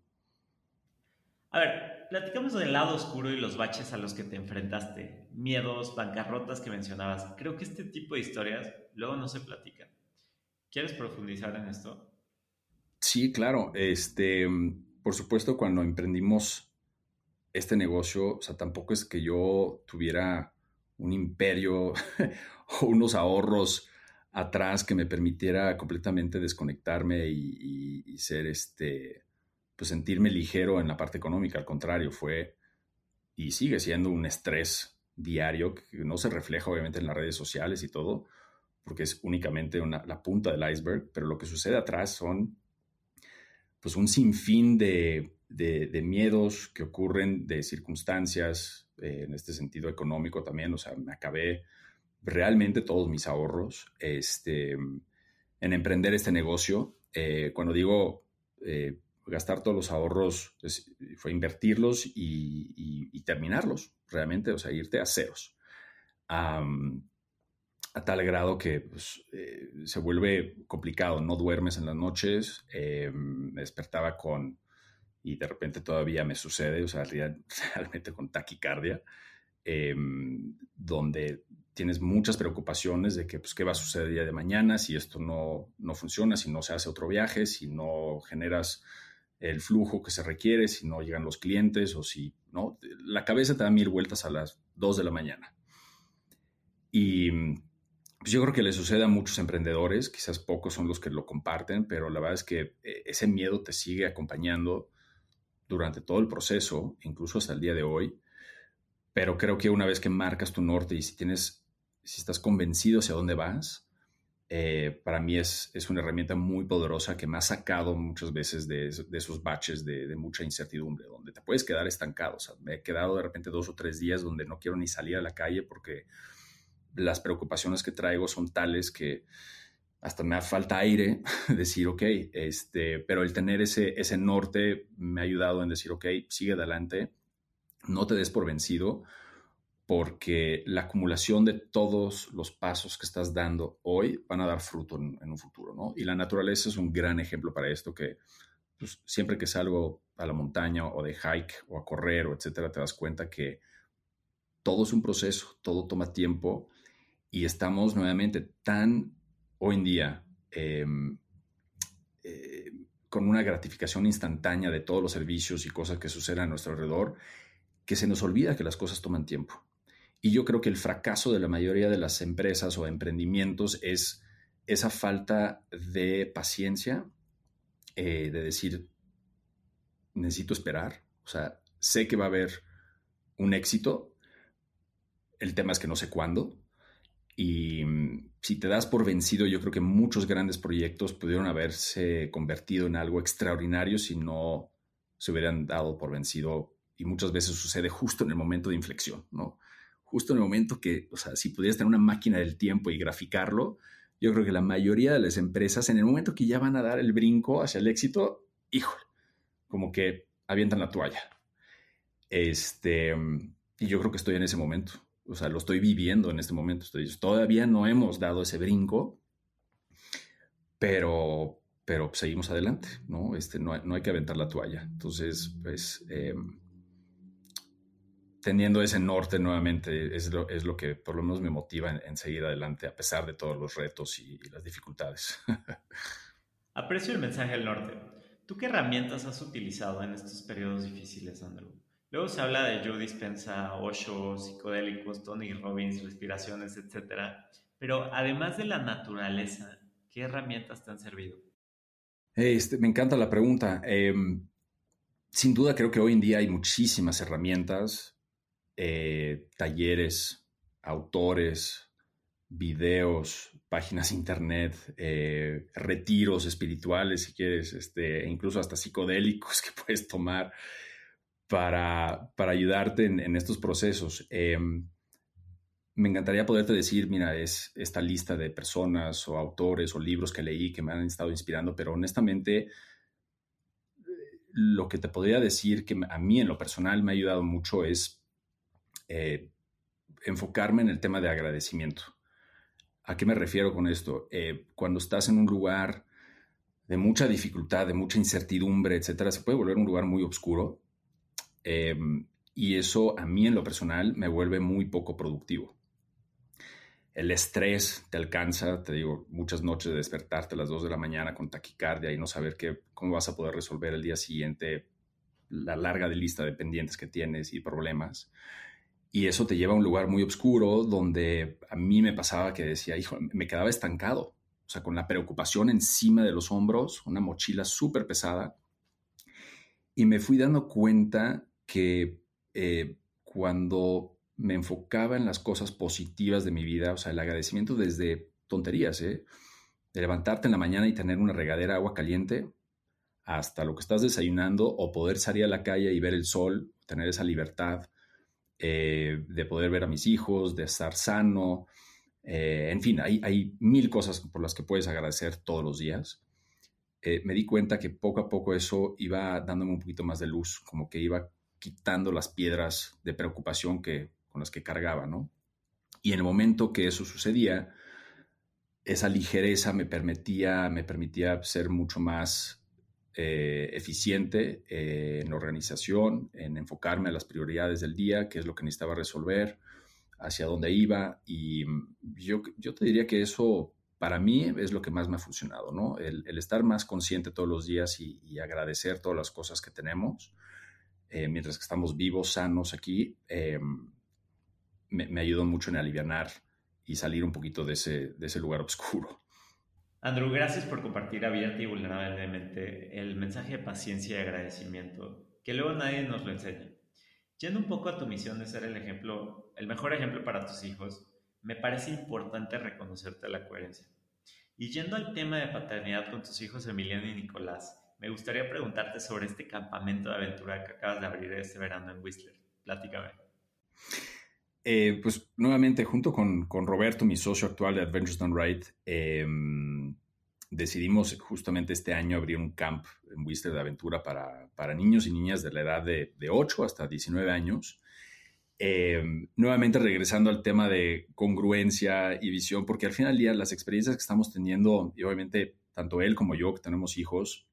Speaker 2: A ver, platicamos del lado oscuro y los baches a los que te enfrentaste, miedos, bancarrotas que mencionabas. Creo que este tipo de historias luego no se platican. ¿Quieres profundizar en esto?
Speaker 1: Sí, claro. Por supuesto, cuando emprendimos este negocio, o sea, tampoco es que yo tuviera un imperio o unos ahorros atrás que me permitiera completamente desconectarme y ser pues sentirme ligero en la parte económica. Al contrario, fue y sigue siendo un estrés diario que no se refleja obviamente en las redes sociales y todo, porque es únicamente la punta del iceberg, pero lo que sucede atrás son pues un sinfín de miedos que ocurren, de circunstancias, en este sentido económico también. O sea, me acabé realmente todos mis ahorros en emprender este negocio. Cuando digo gastar todos los ahorros, fue invertirlos y terminarlos realmente, o sea, irte a ceros. A tal grado que pues, se vuelve complicado, no duermes en las noches, me despertaba y de repente todavía me sucede, o sea, realmente con taquicardia, donde tienes muchas preocupaciones de que, pues, qué va a suceder el día de mañana si esto no funciona, si no se hace otro viaje, si no generas el flujo que se requiere, si no llegan los clientes o si no. La cabeza te da 1000 vueltas a las 2 de la mañana. Y pues yo creo que le sucede a muchos emprendedores, quizás pocos son los que lo comparten, pero la verdad es que ese miedo te sigue acompañando durante todo el proceso, incluso hasta el día de hoy. Pero creo que una vez que marcas tu norte y si estás convencido hacia dónde vas, para mí es una herramienta muy poderosa que me ha sacado muchas veces de esos baches de mucha incertidumbre, donde te puedes quedar estancado. O sea, me he quedado de repente 2 o 3 días donde no quiero ni salir a la calle porque las preocupaciones que traigo son tales que hasta me falta aire, decir, ok, pero el tener ese norte me ha ayudado en decir, ok, sigue adelante, no te des por vencido, porque la acumulación de todos los pasos que estás dando hoy van a dar fruto en un futuro, ¿no? Y la naturaleza es un gran ejemplo para esto, que pues, siempre que salgo a la montaña o de hike o a correr o etcétera, te das cuenta que todo es un proceso, todo toma tiempo y estamos nuevamente tan hoy en día con una gratificación instantánea de todos los servicios y cosas que suceden a nuestro alrededor, que se nos olvida que las cosas toman tiempo. Y yo creo que el fracaso de la mayoría de las empresas o emprendimientos es esa falta de paciencia, de decir, necesito esperar. O sea, sé que va a haber un éxito, el tema es que no sé cuándo. Y si te das por vencido, yo creo que muchos grandes proyectos pudieron haberse convertido en algo extraordinario si no se hubieran dado por vencido. Y muchas veces sucede justo en el momento de inflexión, ¿no? Justo en el momento que, o sea, si pudieras tener una máquina del tiempo y graficarlo, yo creo que la mayoría de las empresas, en el momento que ya van a dar el brinco hacia el éxito, híjole, como que avientan la toalla. Y yo creo que estoy en ese momento. O sea, lo estoy viviendo en este momento. Todavía no hemos dado ese brinco, pero seguimos adelante, ¿no? No hay que aventar la toalla. Entonces, pues, teniendo ese norte nuevamente es lo que por lo menos me motiva en seguir adelante a pesar de todos los retos y las dificultades.
Speaker 2: Aprecio el mensaje del norte. ¿Tú qué herramientas has utilizado en estos periodos difíciles, Andrew? Luego se habla de Joe Dispenza, Osho, psicodélicos, Tony Robbins, respiraciones, etcétera. Pero además de la naturaleza, ¿qué herramientas te han servido?
Speaker 1: Me encanta la pregunta. Sin duda creo que hoy en día hay muchísimas herramientas, talleres, autores, videos, páginas internet, retiros espirituales, si quieres, incluso hasta psicodélicos que puedes tomar para ayudarte en estos procesos. Me encantaría poderte decir, mira, es esta lista de personas o autores o libros que leí que me han estado inspirando, pero honestamente lo que te podría decir que a mí en lo personal me ha ayudado mucho es enfocarme en el tema de agradecimiento. ¿A qué me refiero con esto? Cuando estás en un lugar de mucha dificultad, de mucha incertidumbre, etcétera, se puede volver un lugar muy oscuro. Y eso a mí en lo personal me vuelve muy poco productivo. El estrés te alcanza, te digo, muchas noches de despertarte a las 2 de la mañana con taquicardia y no saber cómo vas a poder resolver el día siguiente la larga lista de pendientes que tienes y problemas. Y eso te lleva a un lugar muy oscuro donde a mí me pasaba que decía, hijo, me quedaba estancado. O sea, con la preocupación encima de los hombros, una mochila súper pesada. Y me fui dando cuenta que cuando me enfocaba en las cosas positivas de mi vida, o sea, el agradecimiento desde tonterías, de levantarte en la mañana y tener una regadera de agua caliente, hasta lo que estás desayunando o poder salir a la calle y ver el sol, tener esa libertad de poder ver a mis hijos, de estar sano, en fin, hay 1000 cosas por las que puedes agradecer todos los días. Me di cuenta que poco a poco eso iba dándome un poquito más de luz, como que iba quitando las piedras de preocupación con las que cargaba, ¿no? Y en el momento que eso sucedía, esa ligereza me permitía ser mucho más eficiente en organización, en enfocarme a las prioridades del día, qué es lo que necesitaba resolver, hacia dónde iba. Y yo te diría que eso para mí es lo que más me ha funcionado, ¿no? El estar más consciente todos los días y agradecer todas las cosas que tenemos, mientras que estamos vivos, sanos aquí, me ayudó mucho en alivianar y salir un poquito de ese lugar oscuro.
Speaker 2: Andrew, gracias por compartir abierta y vulnerablemente el mensaje de paciencia y agradecimiento, que luego nadie nos lo enseña. Yendo un poco a tu misión de ser el ejemplo, el mejor ejemplo para tus hijos, me parece importante reconocerte la coherencia. Y yendo al tema de paternidad con tus hijos Emiliano y Nicolás, me gustaría preguntarte sobre este campamento de aventura que acabas de abrir este verano en Whistler. Platícame.
Speaker 1: Pues nuevamente, junto con Roberto, mi socio actual de Adventures Done Right, decidimos justamente este año abrir un camp en Whistler de aventura para niños y niñas de la edad de 8 hasta 19 años. Nuevamente regresando al tema de congruencia y visión, porque al final del día las experiencias que estamos teniendo, y obviamente tanto él como yo que tenemos hijos,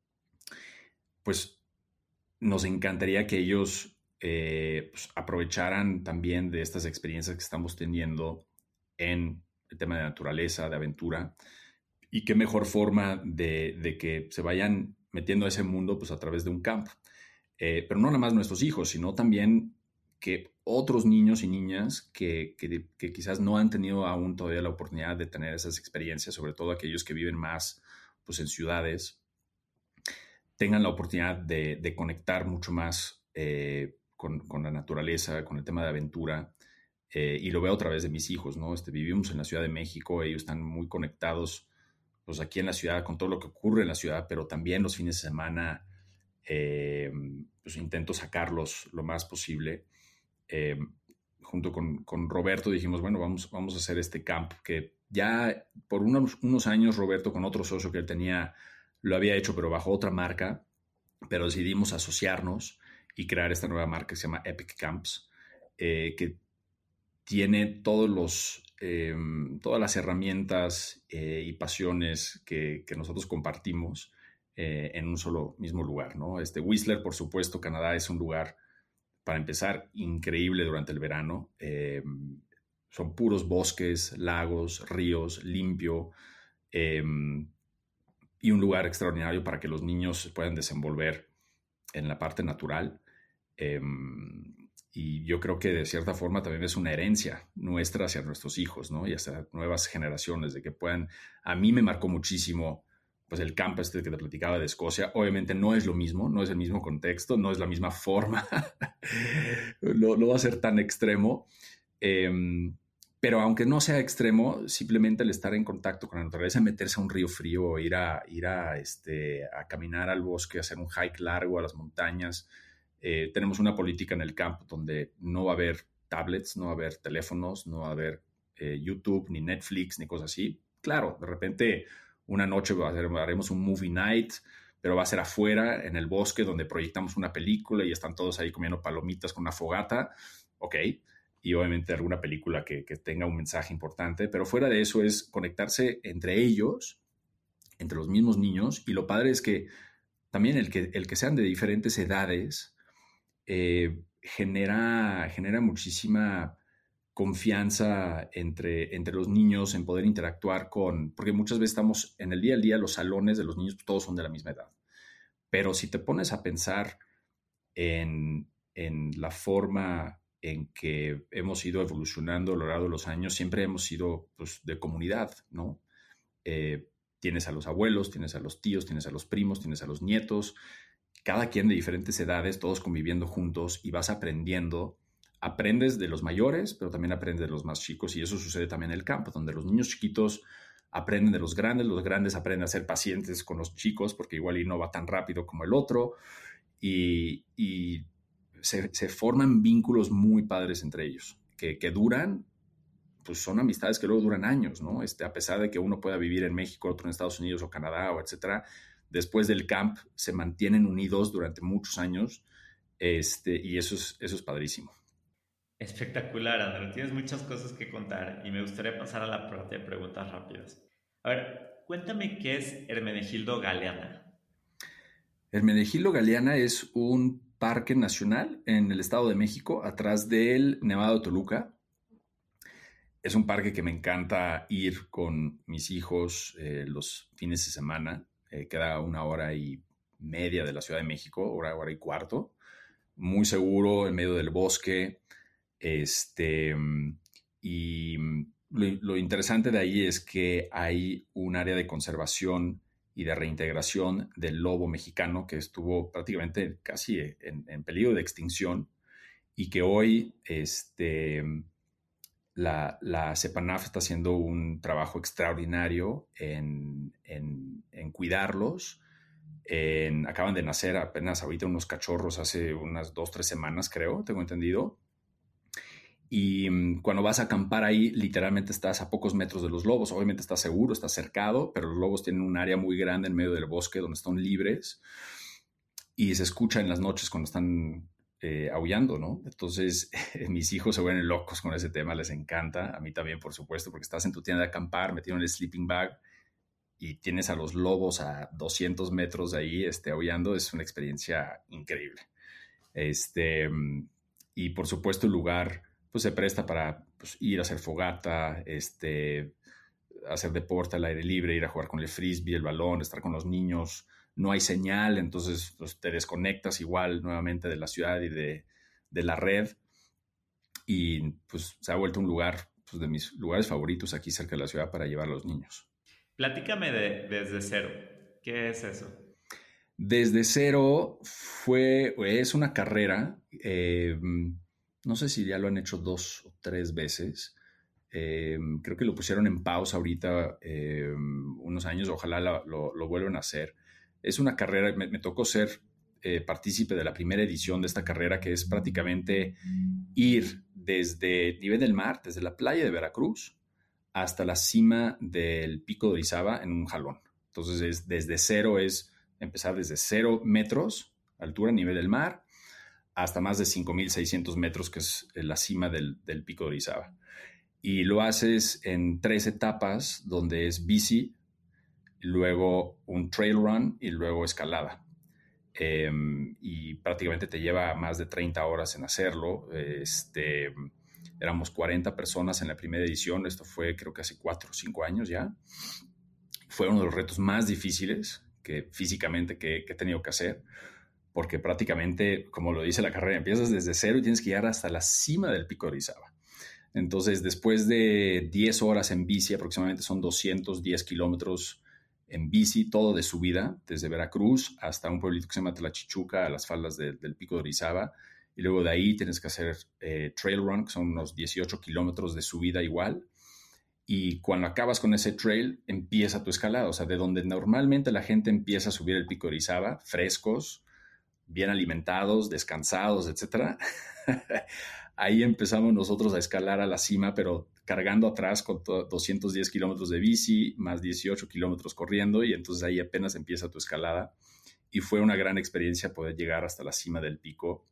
Speaker 1: pues nos encantaría que ellos pues, aprovecharan también de estas experiencias que estamos teniendo en el tema de naturaleza, de aventura, y qué mejor forma de que se vayan metiendo a ese mundo pues a través de un camp. Pero no nada más nuestros hijos, sino también que otros niños y niñas que quizás no han tenido aún todavía la oportunidad de tener esas experiencias, sobre todo aquellos que viven más pues, en ciudades, tengan la oportunidad de conectar mucho más con la naturaleza, con el tema de aventura. Y lo veo a través de mis hijos, ¿no? Vivimos en la Ciudad de México, ellos están muy conectados pues, aquí en la ciudad con todo lo que ocurre en la ciudad, pero también los fines de semana pues intento sacarlos lo más posible. Eh, Junto con Roberto dijimos, bueno, vamos a hacer este camp que ya por unos años Roberto con otro socio que él tenía lo había hecho, pero bajo otra marca, pero decidimos asociarnos y crear esta nueva marca que se llama Epic Camps, que tiene todas las herramientas y pasiones que nosotros compartimos en un solo mismo lugar, ¿no? Whistler, por supuesto, Canadá es un lugar, para empezar, increíble durante el verano. Son puros bosques, lagos, ríos, limpio, eh, y un lugar extraordinario para que los niños se puedan desenvolver en la parte natural. Eh, y yo creo que de cierta forma también es una herencia nuestra hacia nuestros hijos, ¿no? Y hacia nuevas generaciones, de que puedan... A mí me marcó muchísimo pues el camp que te platicaba de Escocia. Obviamente no es lo mismo, no es el mismo contexto, no es la misma forma, no va a ser tan extremo, pero aunque no sea extremo, simplemente el estar en contacto con la naturaleza, meterse a un río frío, ir a caminar al bosque, hacer un hike largo a las montañas. Tenemos una política en el camp donde no va a haber tablets, no va a haber teléfonos, no va a haber YouTube, ni Netflix, ni cosas así. Claro, de repente una noche haremos un movie night, pero va a ser afuera, en el bosque, donde proyectamos una película y están todos ahí comiendo palomitas con una fogata. Ok. Y obviamente alguna película que tenga un mensaje importante, pero fuera de eso es conectarse entre ellos, entre los mismos niños, y lo padre es que también el que sean de diferentes edades genera muchísima confianza entre los niños en poder interactuar porque muchas veces estamos en el día a día, los salones de los niños pues, todos son de la misma edad. Pero si te pones a pensar en la forma en que hemos ido evolucionando a lo largo de los años, siempre hemos sido pues, de comunidad, ¿no? Tienes a los abuelos, tienes a los tíos, tienes a los primos, tienes a los nietos, cada quien de diferentes edades, todos conviviendo juntos y vas aprendiendo. Aprendes de los mayores, pero también aprendes de los más chicos, y eso sucede también en el campo, donde los niños chiquitos aprenden de los grandes aprenden a ser pacientes con los chicos, porque igual y no va tan rápido como el otro, y se forman vínculos muy padres entre ellos, que duran, pues son amistades que luego duran años, ¿no? A pesar de que uno pueda vivir en México, otro en Estados Unidos o Canadá, o etcétera, después del camp se mantienen unidos durante muchos años, y eso es padrísimo.
Speaker 2: Espectacular, Andrew. Tienes muchas cosas que contar y me gustaría pasar a la parte de preguntas rápidas. A ver, cuéntame qué es Hermenegildo Galeana.
Speaker 1: Hermenegildo Galeana es un parque nacional en el Estado de México, atrás del Nevado de Toluca. Es un parque que me encanta ir con mis hijos los fines de semana. Queda 1 hora y media de la Ciudad de México, hora y cuarto. Muy seguro, en medio del bosque. Este, y lo interesante de ahí es que hay un área de conservación y de reintegración del lobo mexicano que estuvo prácticamente casi en peligro de extinción y que hoy la CEPANAF está haciendo un trabajo extraordinario en cuidarlos. Acaban de nacer apenas ahorita unos cachorros hace unas 2, 3 semanas, creo, tengo entendido. Y cuando vas a acampar ahí, literalmente estás a pocos metros de los lobos. Obviamente estás seguro, estás cercado, pero los lobos tienen un área muy grande en medio del bosque donde están libres y se escucha en las noches cuando están aullando, ¿no? Entonces, mis hijos se vuelven locos con ese tema, les encanta. A mí también, por supuesto, porque estás en tu tienda de acampar, metido en el sleeping bag y tienes a los lobos a 200 metros de ahí aullando. Es una experiencia increíble. Y por supuesto el lugar pues se presta para pues, ir a hacer fogata, hacer deporte al aire libre, ir a jugar con el frisbee, el balón, estar con los niños. No hay señal, entonces pues, te desconectas igual nuevamente de la ciudad y de la red. Y pues se ha vuelto un lugar pues, de mis lugares favoritos aquí cerca de la ciudad para llevar a los niños.
Speaker 2: Platícame de Desde Cero. ¿Qué es eso?
Speaker 1: Desde Cero es una carrera, no sé si ya lo han hecho 2 o 3 veces. Creo que lo pusieron en pausa ahorita unos años, ojalá lo vuelvan a hacer. Es una carrera, me tocó ser partícipe de la primera edición de esta carrera, que es prácticamente ir desde el nivel del mar, desde la playa de Veracruz, hasta la cima del Pico de Orizaba en un jalón. Entonces, desde cero es empezar desde 0 metros, altura, nivel del mar, hasta más de 5,600 metros, que es la cima del Pico de Orizaba. Y lo haces en 3 etapas, donde es bici, luego un trail run y luego escalada. Y prácticamente te lleva más de 30 horas en hacerlo. Éramos 40 personas en la primera edición. Esto fue creo que hace 4 o 5 años ya. Fue uno de los retos más difíciles que físicamente que he tenido que hacer, porque prácticamente, como lo dice la carrera, empiezas desde cero y tienes que llegar hasta la cima del Pico de Orizaba. Entonces, después de 10 horas en bici, aproximadamente son 210 kilómetros en bici, todo de subida, desde Veracruz hasta un pueblito que se llama Tlachichuca, a las faldas del Pico de Orizaba. Y luego de ahí tienes que hacer trail run, que son unos 18 kilómetros de subida igual. Y cuando acabas con ese trail, empieza tu escalada. O sea, de donde normalmente la gente empieza a subir el Pico de Orizaba, frescos, bien alimentados, descansados, etcétera. Ahí empezamos nosotros a escalar a la cima, pero cargando atrás con 210 kilómetros de bici, más 18 kilómetros corriendo, y entonces ahí apenas empieza tu escalada. Y fue una gran experiencia poder llegar hasta la cima del pico.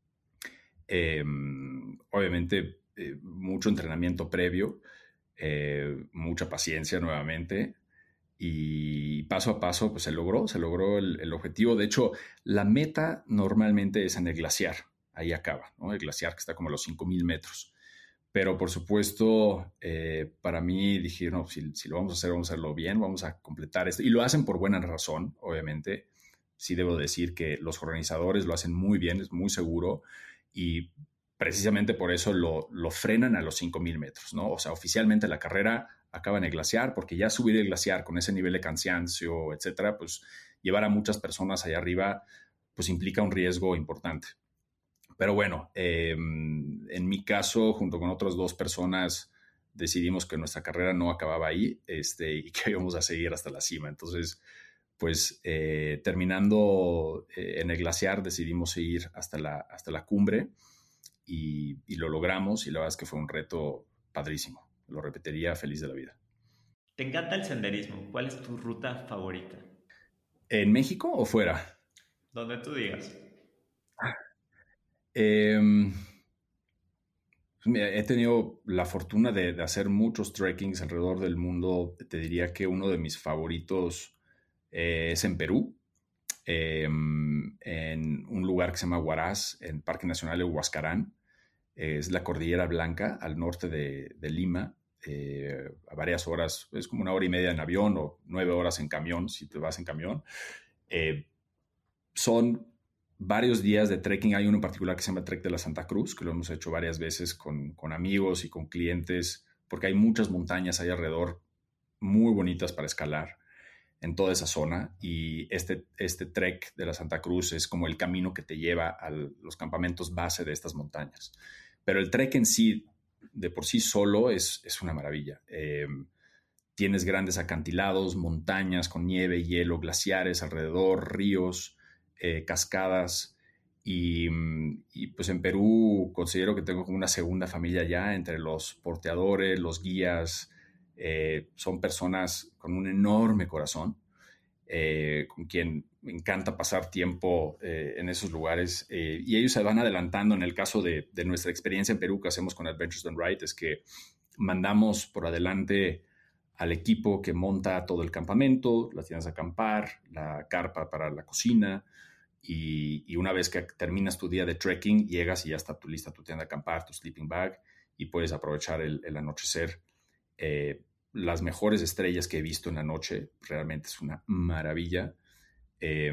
Speaker 1: Obviamente, mucho entrenamiento previo, mucha paciencia nuevamente, y paso a paso pues se logró el objetivo. De hecho, la meta normalmente es en el glaciar, ahí acaba, ¿no? El glaciar que está como a los 5,000 metros. Pero por supuesto, para mí dije, no, si lo vamos a hacerlo bien, vamos a completar esto. Y lo hacen por buena razón, obviamente. Sí debo decir que los organizadores lo hacen muy bien, es muy seguro. Y precisamente por eso lo frenan a los 5,000 metros, ¿no? O sea, oficialmente la carrera acaba en el glaciar, porque ya subir el glaciar con ese nivel de cansancio, etcétera, pues llevar a muchas personas allá arriba, pues implica un riesgo importante. Pero bueno, en mi caso, junto con otras 2 personas, decidimos que nuestra carrera no acababa ahí, y que íbamos a seguir hasta la cima. Entonces, pues terminando en el glaciar, decidimos seguir hasta la cumbre y lo logramos, y la verdad es que fue un reto padrísimo. Lo repetiría feliz de la vida.
Speaker 2: ¿Te encanta el senderismo? ¿Cuál es tu ruta favorita?
Speaker 1: ¿En México o fuera?
Speaker 2: Donde tú digas.
Speaker 1: Eh, He tenido la fortuna de hacer muchos trekkings alrededor del mundo. Te diría que uno de mis favoritos es en Perú. en un lugar que se llama Huaraz, en Parque Nacional de Huascarán. Es la Cordillera Blanca, al norte de Lima, a varias horas, es como 1 hora y media en avión o 9 horas en camión, si te vas en camión. Son varios días de trekking. Hay uno en particular que se llama Trek de la Santa Cruz, que lo hemos hecho varias veces con amigos y con clientes, porque hay muchas montañas ahí alrededor muy bonitas para escalar en toda esa zona, y este trek de la Santa Cruz es como el camino que te lleva a los campamentos base de estas montañas. Pero el trek en sí, de por sí solo, es una maravilla. Tienes grandes acantilados, montañas con nieve, hielo, glaciares alrededor, ríos, cascadas, y pues en Perú considero que tengo como una segunda familia ya entre los porteadores, los guías. Son personas con un enorme corazón, con quien me encanta pasar tiempo en esos lugares, y ellos se van adelantando. En el caso de nuestra experiencia en Perú que hacemos con Adventures Done Right, es que mandamos por adelante al equipo que monta todo el campamento, las tiendas de acampar, la carpa para la cocina, y una vez que terminas tu día de trekking, llegas y ya está lista tu tienda de acampar, tu sleeping bag, y puedes aprovechar el anochecer. Las mejores estrellas que he visto en la noche, realmente es una maravilla. Eh,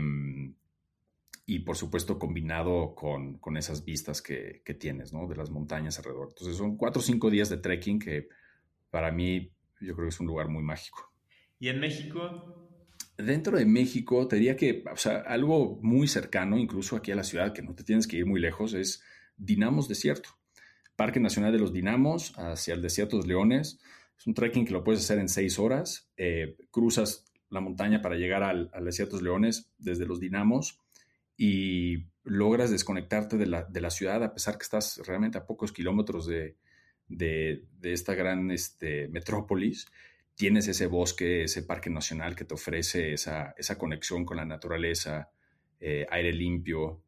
Speaker 1: y por supuesto combinado con esas vistas que tienes, ¿no? De las montañas alrededor. Entonces son 4 o 5 días de trekking que para mí yo creo que es un lugar muy mágico.
Speaker 2: ¿Y en México?
Speaker 1: Dentro de México, te diría que, o sea, algo muy cercano, incluso aquí a la ciudad, que no te tienes que ir muy lejos, es Dinamos Desierto. Parque Nacional de los Dinamos, hacia el Desierto de los Leones. Es un trekking que lo puedes hacer en 6 horas. Cruzas la montaña para llegar al Desierto de los Leones desde los Dinamos, y logras desconectarte de la ciudad, a pesar que estás realmente a pocos kilómetros de esta gran metrópolis. Tienes ese bosque, ese parque nacional que te ofrece esa conexión con la naturaleza, aire limpio,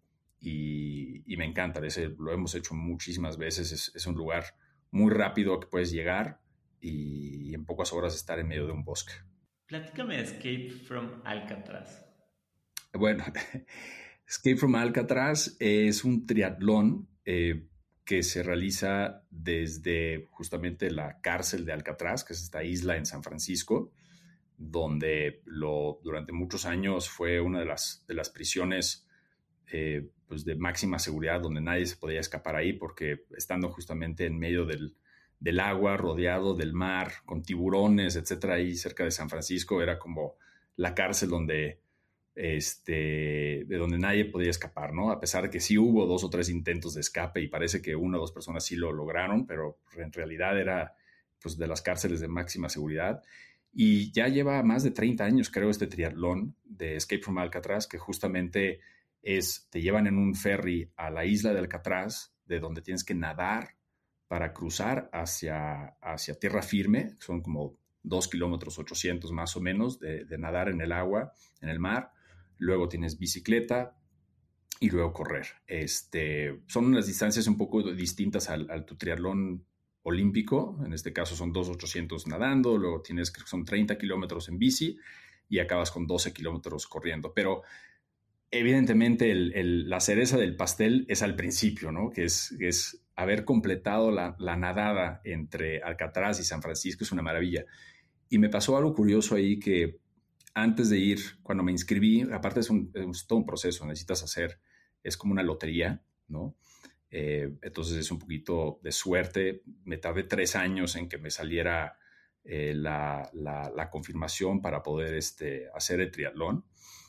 Speaker 1: y me encanta. Lo hemos hecho muchísimas veces. Es un lugar muy rápido que puedes llegar y en pocas horas estar en medio de un bosque.
Speaker 2: Platícame de Escape from Alcatraz.
Speaker 1: Bueno, Escape from Alcatraz es un triatlón que se realiza desde justamente la cárcel de Alcatraz, que es esta isla en San Francisco, donde durante muchos años fue una de las prisiones pues de máxima seguridad, donde nadie se podía escapar ahí, porque estando justamente en medio del agua, rodeado del mar, con tiburones, etcétera, ahí cerca de San Francisco, era como la cárcel de donde nadie podía escapar, ¿no? A pesar de que sí hubo 2 o 3 intentos de escape, y parece que 1 o 2 personas sí lo lograron, pero en realidad era pues de las cárceles de máxima seguridad. Y ya lleva más de 30 años, creo, este triatlón de Escape from Alcatraz, que justamente te llevan en un ferry a la isla de Alcatraz, de donde tienes que nadar para cruzar hacia tierra firme. Son como 2 kilómetros 800 más o menos de nadar en el agua, en el mar. Luego tienes bicicleta y luego correr. Son unas distancias un poco distintas al tu triatlón olímpico. En este caso son 2,800 nadando, luego tienes, creo que son 30 kilómetros en bici, y acabas con 12 kilómetros corriendo. Pero evidentemente la cereza del pastel es al principio, ¿no? Que es haber completado la nadada entre Alcatraz y San Francisco. Es una maravilla. Y me pasó algo curioso ahí, que antes de ir, cuando me inscribí, aparte es todo un proceso, es como una lotería, ¿no? Entonces es un poquito de suerte. Me tardé 3 años en que me saliera la confirmación para poder hacer el triatlón.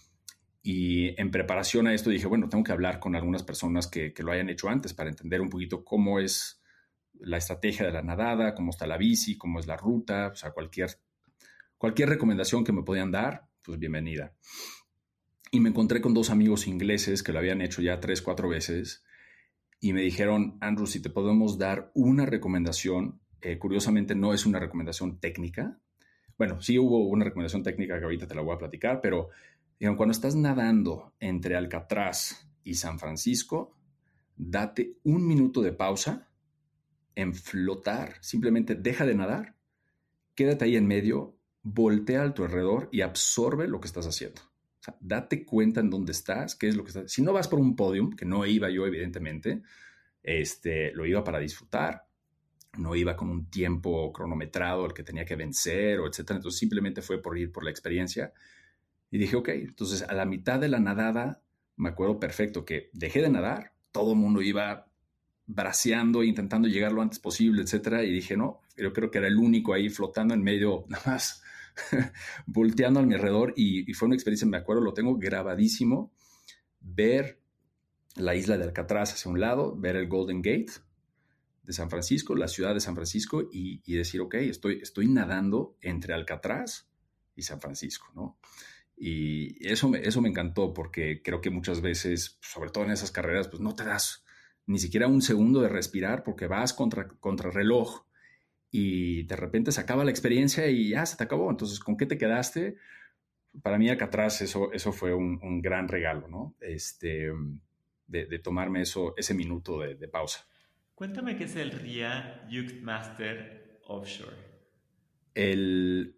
Speaker 1: Y en preparación a esto dije, bueno, tengo que hablar con algunas personas que lo hayan hecho antes para entender un poquito cómo es la estrategia de la nadada, cómo está la bici, cómo es la ruta, o sea, cualquier recomendación que me podían dar, pues bienvenida. Y me encontré con 2 amigos ingleses que lo habían hecho ya 3, 4 veces, y me dijeron, Andrew, si te podemos dar una recomendación. Curiosamente no es una recomendación técnica. Bueno, sí hubo una recomendación técnica que ahorita te la voy a platicar, pero dijeron, cuando estás nadando entre Alcatraz y San Francisco, date 1 minuto de pausa en flotar. Simplemente deja de nadar, quédate ahí en medio, voltea a tu alrededor y absorbe lo que estás haciendo. O sea, date cuenta en dónde estás, qué es lo que estás. Si no vas por un podium, que no iba yo, evidentemente, lo iba para disfrutar, no iba con un tiempo cronometrado al que tenía que vencer, o etcétera. Entonces simplemente fue por ir por la experiencia. Y dije, ok, entonces a la mitad de la nadada, me acuerdo perfecto que dejé de nadar, todo el mundo iba braceando, intentando llegar lo antes posible, etcétera. Y dije, no, yo creo que era el único ahí flotando en medio, nada más volteando a mi alrededor. Y fue una experiencia, me acuerdo, lo tengo grabadísimo, ver la isla de Alcatraz hacia un lado, ver el Golden Gate de San Francisco, la ciudad de San Francisco, y decir, ok, estoy nadando entre Alcatraz y San Francisco, ¿no? Y eso me encantó porque creo que muchas veces, sobre todo en esas carreras, pues no te das ni siquiera un segundo de respirar porque vas contra reloj y de repente se acaba la experiencia y ya se te acabó. Entonces, ¿con qué te quedaste? Para mí acá atrás eso fue un gran regalo, ¿no? De tomarme ese minuto de pausa.
Speaker 2: Cuéntame qué es el RIA Yacht Master Offshore.
Speaker 1: El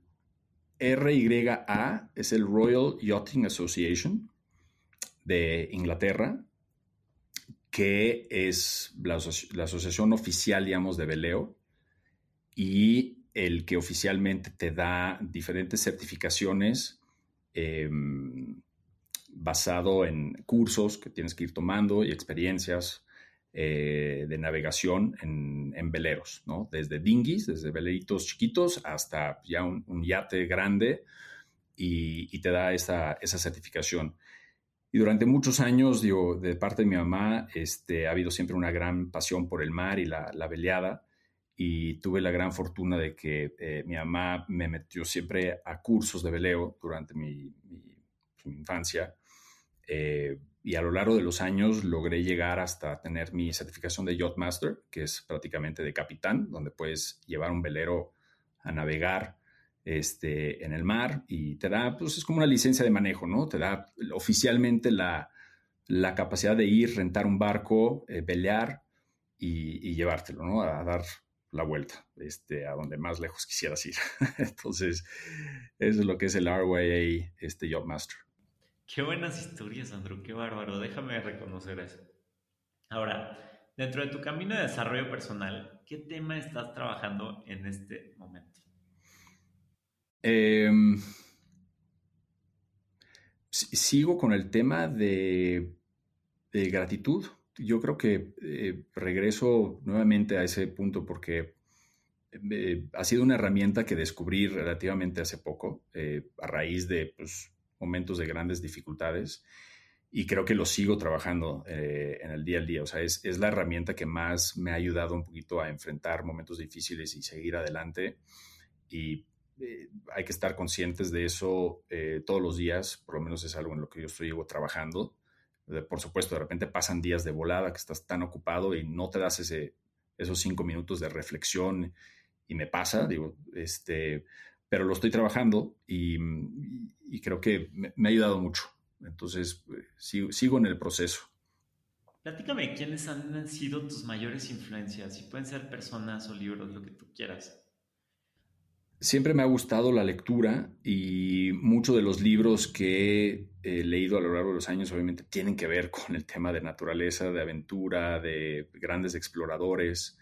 Speaker 1: RYA es el Royal Yachting Association de Inglaterra, que es la asociación oficial, digamos, de veleo y el que oficialmente te da diferentes certificaciones eh, basado en cursos que tienes que ir tomando y experiencias de navegación en veleros, ¿no? Desde dinghies, desde veleritos chiquitos hasta ya un yate grande y te da esa certificación. Y durante muchos años, digo, de parte de mi mamá, ha habido siempre una gran pasión por el mar y la veleada. Y tuve la gran fortuna de que mi mamá me metió siempre a cursos de veleo durante mi infancia. Y a lo largo de los años logré llegar hasta tener mi certificación de Yacht Master, que es prácticamente de capitán, donde puedes llevar un velero a navegar en el mar y te da, pues es como una licencia de manejo, ¿no? Te da oficialmente la capacidad de ir, rentar un barco, velear y llevártelo, ¿no? A dar la vuelta, a donde más lejos quisieras ir. Entonces, eso es lo que es el RYA, Yacht Master.
Speaker 2: Qué buenas historias, Andrew, qué bárbaro. Déjame reconocer eso. Ahora, dentro de tu camino de desarrollo personal, ¿qué tema estás trabajando en este momento?
Speaker 1: Sigo con el tema de gratitud. Yo creo que regreso nuevamente a ese punto porque ha sido una herramienta que descubrí relativamente hace poco, a raíz de pues, momentos de grandes dificultades, y creo que lo sigo trabajando en el día al día. O sea, es la herramienta que más me ha ayudado un poquito a enfrentar momentos difíciles y seguir adelante. Y hay que estar conscientes de eso todos los días, por lo menos es algo en lo que yo estoy trabajando. Por supuesto, de repente pasan días de volada que estás tan ocupado y no te das esos 5 minutos de reflexión y me pasa, digo, pero lo estoy trabajando y creo que me ha ayudado mucho. Entonces, sigo en el proceso.
Speaker 2: Platícame quiénes han sido tus mayores influencias, y pueden ser personas o libros, lo que tú quieras.
Speaker 1: Siempre me ha gustado la lectura y muchos de los libros que he leído a lo largo de los años obviamente tienen que ver con el tema de naturaleza, de aventura, de grandes exploradores.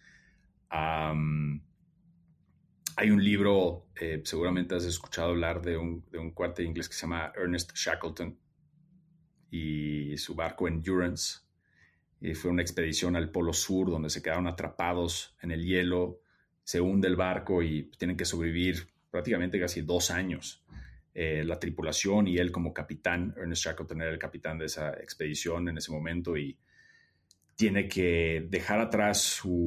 Speaker 1: Um, Hay un libro, seguramente has escuchado hablar de un cuate inglés que se llama Ernest Shackleton y su barco Endurance. Fue una expedición al Polo Sur donde se quedaron atrapados en el hielo, se hunde el barco y tienen que sobrevivir prácticamente casi 2 años. La tripulación y él como capitán, Ernest Shackleton era el capitán de esa expedición en ese momento y tiene que dejar atrás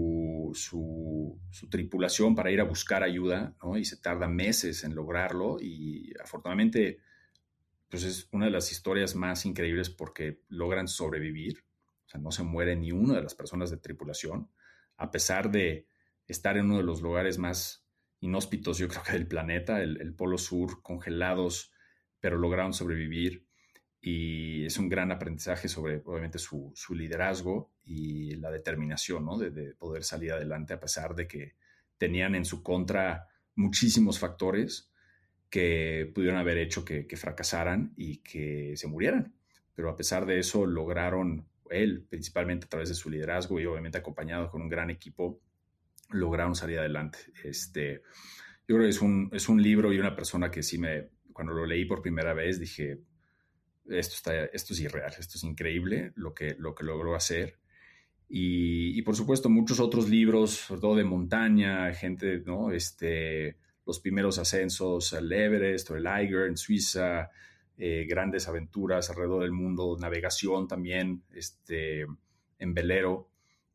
Speaker 1: su tripulación para ir a buscar ayuda, ¿no? Y se tarda meses en lograrlo y afortunadamente pues es una de las historias más increíbles porque logran sobrevivir. O sea, no se muere ni una de las personas de tripulación, a pesar de estar en uno de los lugares más inhóspitos, yo creo que del planeta, el Polo Sur, congelados, pero lograron sobrevivir. Y es un gran aprendizaje sobre, obviamente, su liderazgo y la determinación, ¿no? De poder salir adelante a pesar de que tenían en su contra muchísimos factores. que pudieron haber hecho que fracasaran y que se murieran. Pero a pesar de eso lograron, él principalmente a través de su liderazgo y obviamente acompañado con un gran equipo, lograron salir adelante. Yo creo que es un libro y una persona que sí cuando lo leí por primera vez dije, esto es irreal, esto es increíble lo que logró hacer. Y por supuesto muchos otros libros, sobre todo de montaña, gente, ¿no? Los primeros ascensos al Everest o el Eiger en Suiza, grandes aventuras alrededor del mundo, navegación también, en velero.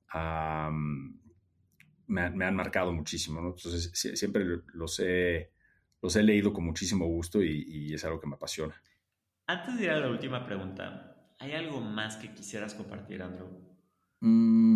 Speaker 1: Me han marcado muchísimo, ¿no? Entonces siempre los he leído con muchísimo gusto y es algo que me apasiona.
Speaker 2: Antes de ir a la última pregunta, ¿hay algo más que quisieras compartir, Andrew?
Speaker 1: Mm,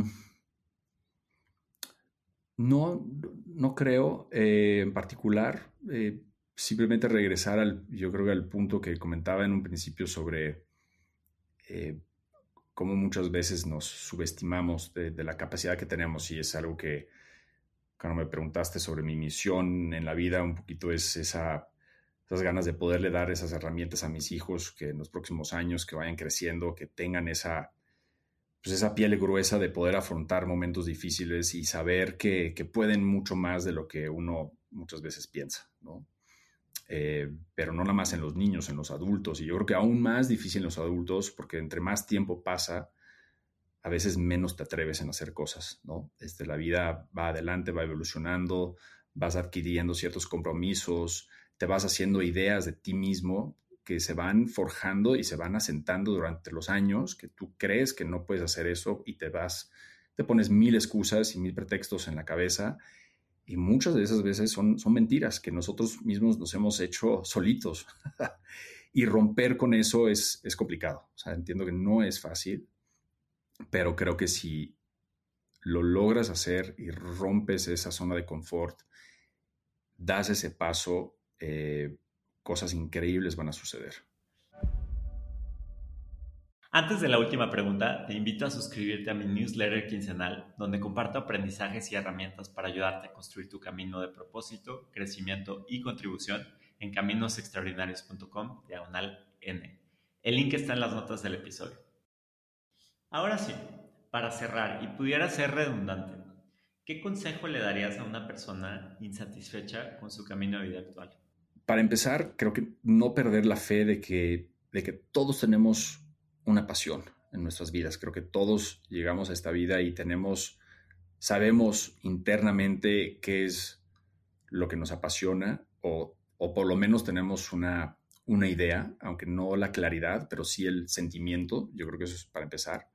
Speaker 1: no, no creo en particular. Simplemente regresar yo creo que al punto que comentaba en un principio sobre eh, cómo muchas veces nos subestimamos de la capacidad que tenemos, y es algo que cuando me preguntaste sobre mi misión en la vida, un poquito es esas ganas de poderle dar esas herramientas a mis hijos que en los próximos años que vayan creciendo, que tengan pues esa piel gruesa de poder afrontar momentos difíciles y saber que pueden mucho más de lo que uno muchas veces piensa, ¿no? Pero no nada más en los niños, en los adultos. Y yo creo que aún más difícil en los adultos, porque entre más tiempo pasa, a veces menos te atreves en hacer cosas, ¿no? La vida va adelante, va evolucionando, vas adquiriendo ciertos compromisos, te vas haciendo ideas de ti mismo que se van forjando y se van asentando durante los años, que tú crees que no puedes hacer eso y te pones mil excusas y mil pretextos en la cabeza, y muchas de esas veces son mentiras que nosotros mismos nos hemos hecho solitos. Y romper con eso es complicado. O sea, entiendo que no es fácil, pero creo que si lo logras hacer y rompes esa zona de confort, das ese paso, cosas increíbles van a suceder.
Speaker 2: Antes de la última pregunta, te invito a suscribirte a mi newsletter quincenal, donde comparto aprendizajes y herramientas para ayudarte a construir tu camino de propósito, crecimiento y contribución en caminosextraordinarios.com/N. El link está en las notas del episodio. Ahora sí, para cerrar y pudiera ser redundante, ¿qué consejo le darías a una persona insatisfecha con su camino de vida actual?
Speaker 1: Para empezar, creo que no perder la fe de que todos tenemos una pasión en nuestras vidas. Creo que todos llegamos a esta vida y sabemos internamente qué es lo que nos apasiona, o por lo menos tenemos una idea, aunque no la claridad, pero sí el sentimiento. Yo creo que eso es para empezar.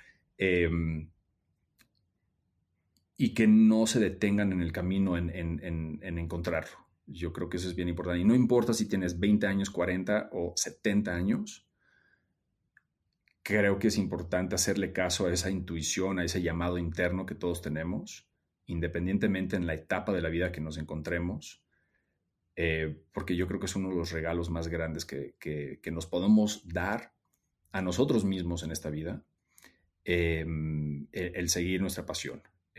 Speaker 1: Y que no se detengan en el camino en encontrarlo. Yo creo que eso es bien importante. Y no importa si tienes 20 años, 40 o 70 años, creo que es importante hacerle caso a esa intuición, a ese llamado interno que todos tenemos, independientemente en la etapa de la vida que nos encontremos, porque yo creo que es uno de los regalos más grandes que nos podemos dar a nosotros mismos en esta vida, el seguir nuestra pasión.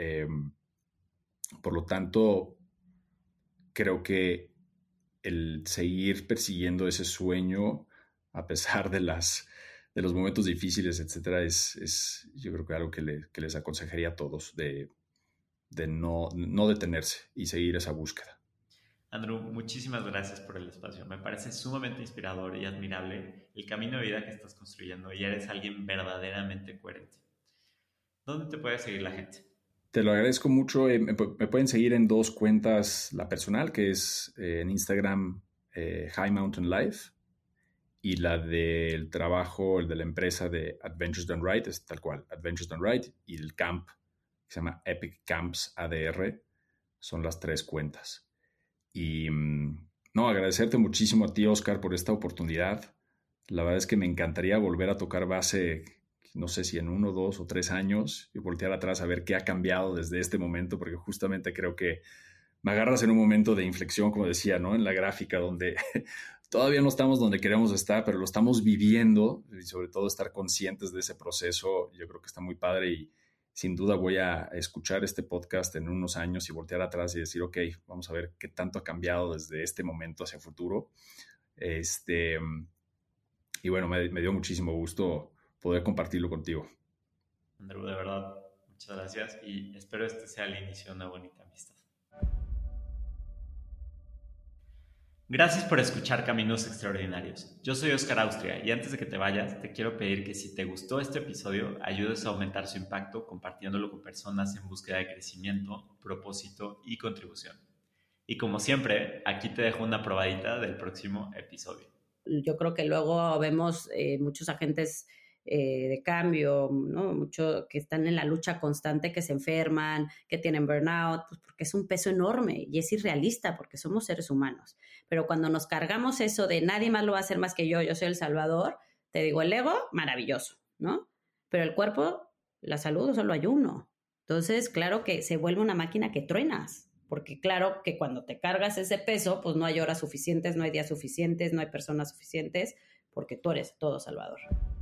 Speaker 1: Por lo tanto, creo que el seguir persiguiendo ese sueño, a pesar de los momentos difíciles, etcétera, yo creo que algo que les aconsejaría a todos de no detenerse y seguir esa búsqueda.
Speaker 2: Andrew, muchísimas gracias por el espacio. Me parece sumamente inspirador y admirable el camino de vida que estás construyendo y eres alguien verdaderamente coherente. ¿Dónde te puede seguir la gente?
Speaker 1: Te lo agradezco mucho. Me pueden seguir en dos cuentas. La personal, que es en Instagram, High Mountain Life, y la del trabajo, el de la empresa de Adventures Done Right, es tal cual, Adventures Done Right, y el camp, que se llama Epic Camps ADR, son las tres cuentas. Y no, agradecerte muchísimo a ti, Oscar, por esta oportunidad. La verdad es que me encantaría volver a tocar base, no sé si en 1, 2 o 3 años, y voltear atrás a ver qué ha cambiado desde este momento, porque justamente creo que me agarras en un momento de inflexión, como decía, ¿no? En la gráfica, donde todavía no estamos donde queremos estar, pero lo estamos viviendo, y sobre todo estar conscientes de ese proceso, yo creo que está muy padre, sin duda voy a escuchar este podcast en unos años y voltear atrás y decir, ok, vamos a ver qué tanto ha cambiado desde este momento hacia el futuro. Y bueno, me dio muchísimo gusto poder compartirlo contigo.
Speaker 2: Andrew, de verdad, muchas gracias y espero este sea el inicio de una bonita amistad. Gracias por escuchar Caminos Extraordinarios. Yo soy Oscar Austria y antes de que te vayas, te quiero pedir que si te gustó este episodio, ayudes a aumentar su impacto compartiéndolo con personas en búsqueda de crecimiento, propósito y contribución. Y como siempre, aquí te dejo una probadita del próximo episodio.
Speaker 3: Yo creo que luego vemos muchos agentes de cambio, ¿no? Muchos que están en la lucha constante, que se enferman, que tienen burnout, pues porque es un peso enorme y es irrealista porque somos seres humanos. Pero cuando nos cargamos eso de nadie más lo va a hacer más que yo soy el salvador, te digo, el ego, maravilloso, ¿no? Pero el cuerpo, la salud, solo hay uno. Entonces, claro que se vuelve una máquina que truenas. Porque claro que cuando te cargas ese peso, pues no hay horas suficientes, no hay días suficientes, no hay personas suficientes, porque tú eres todo salvador.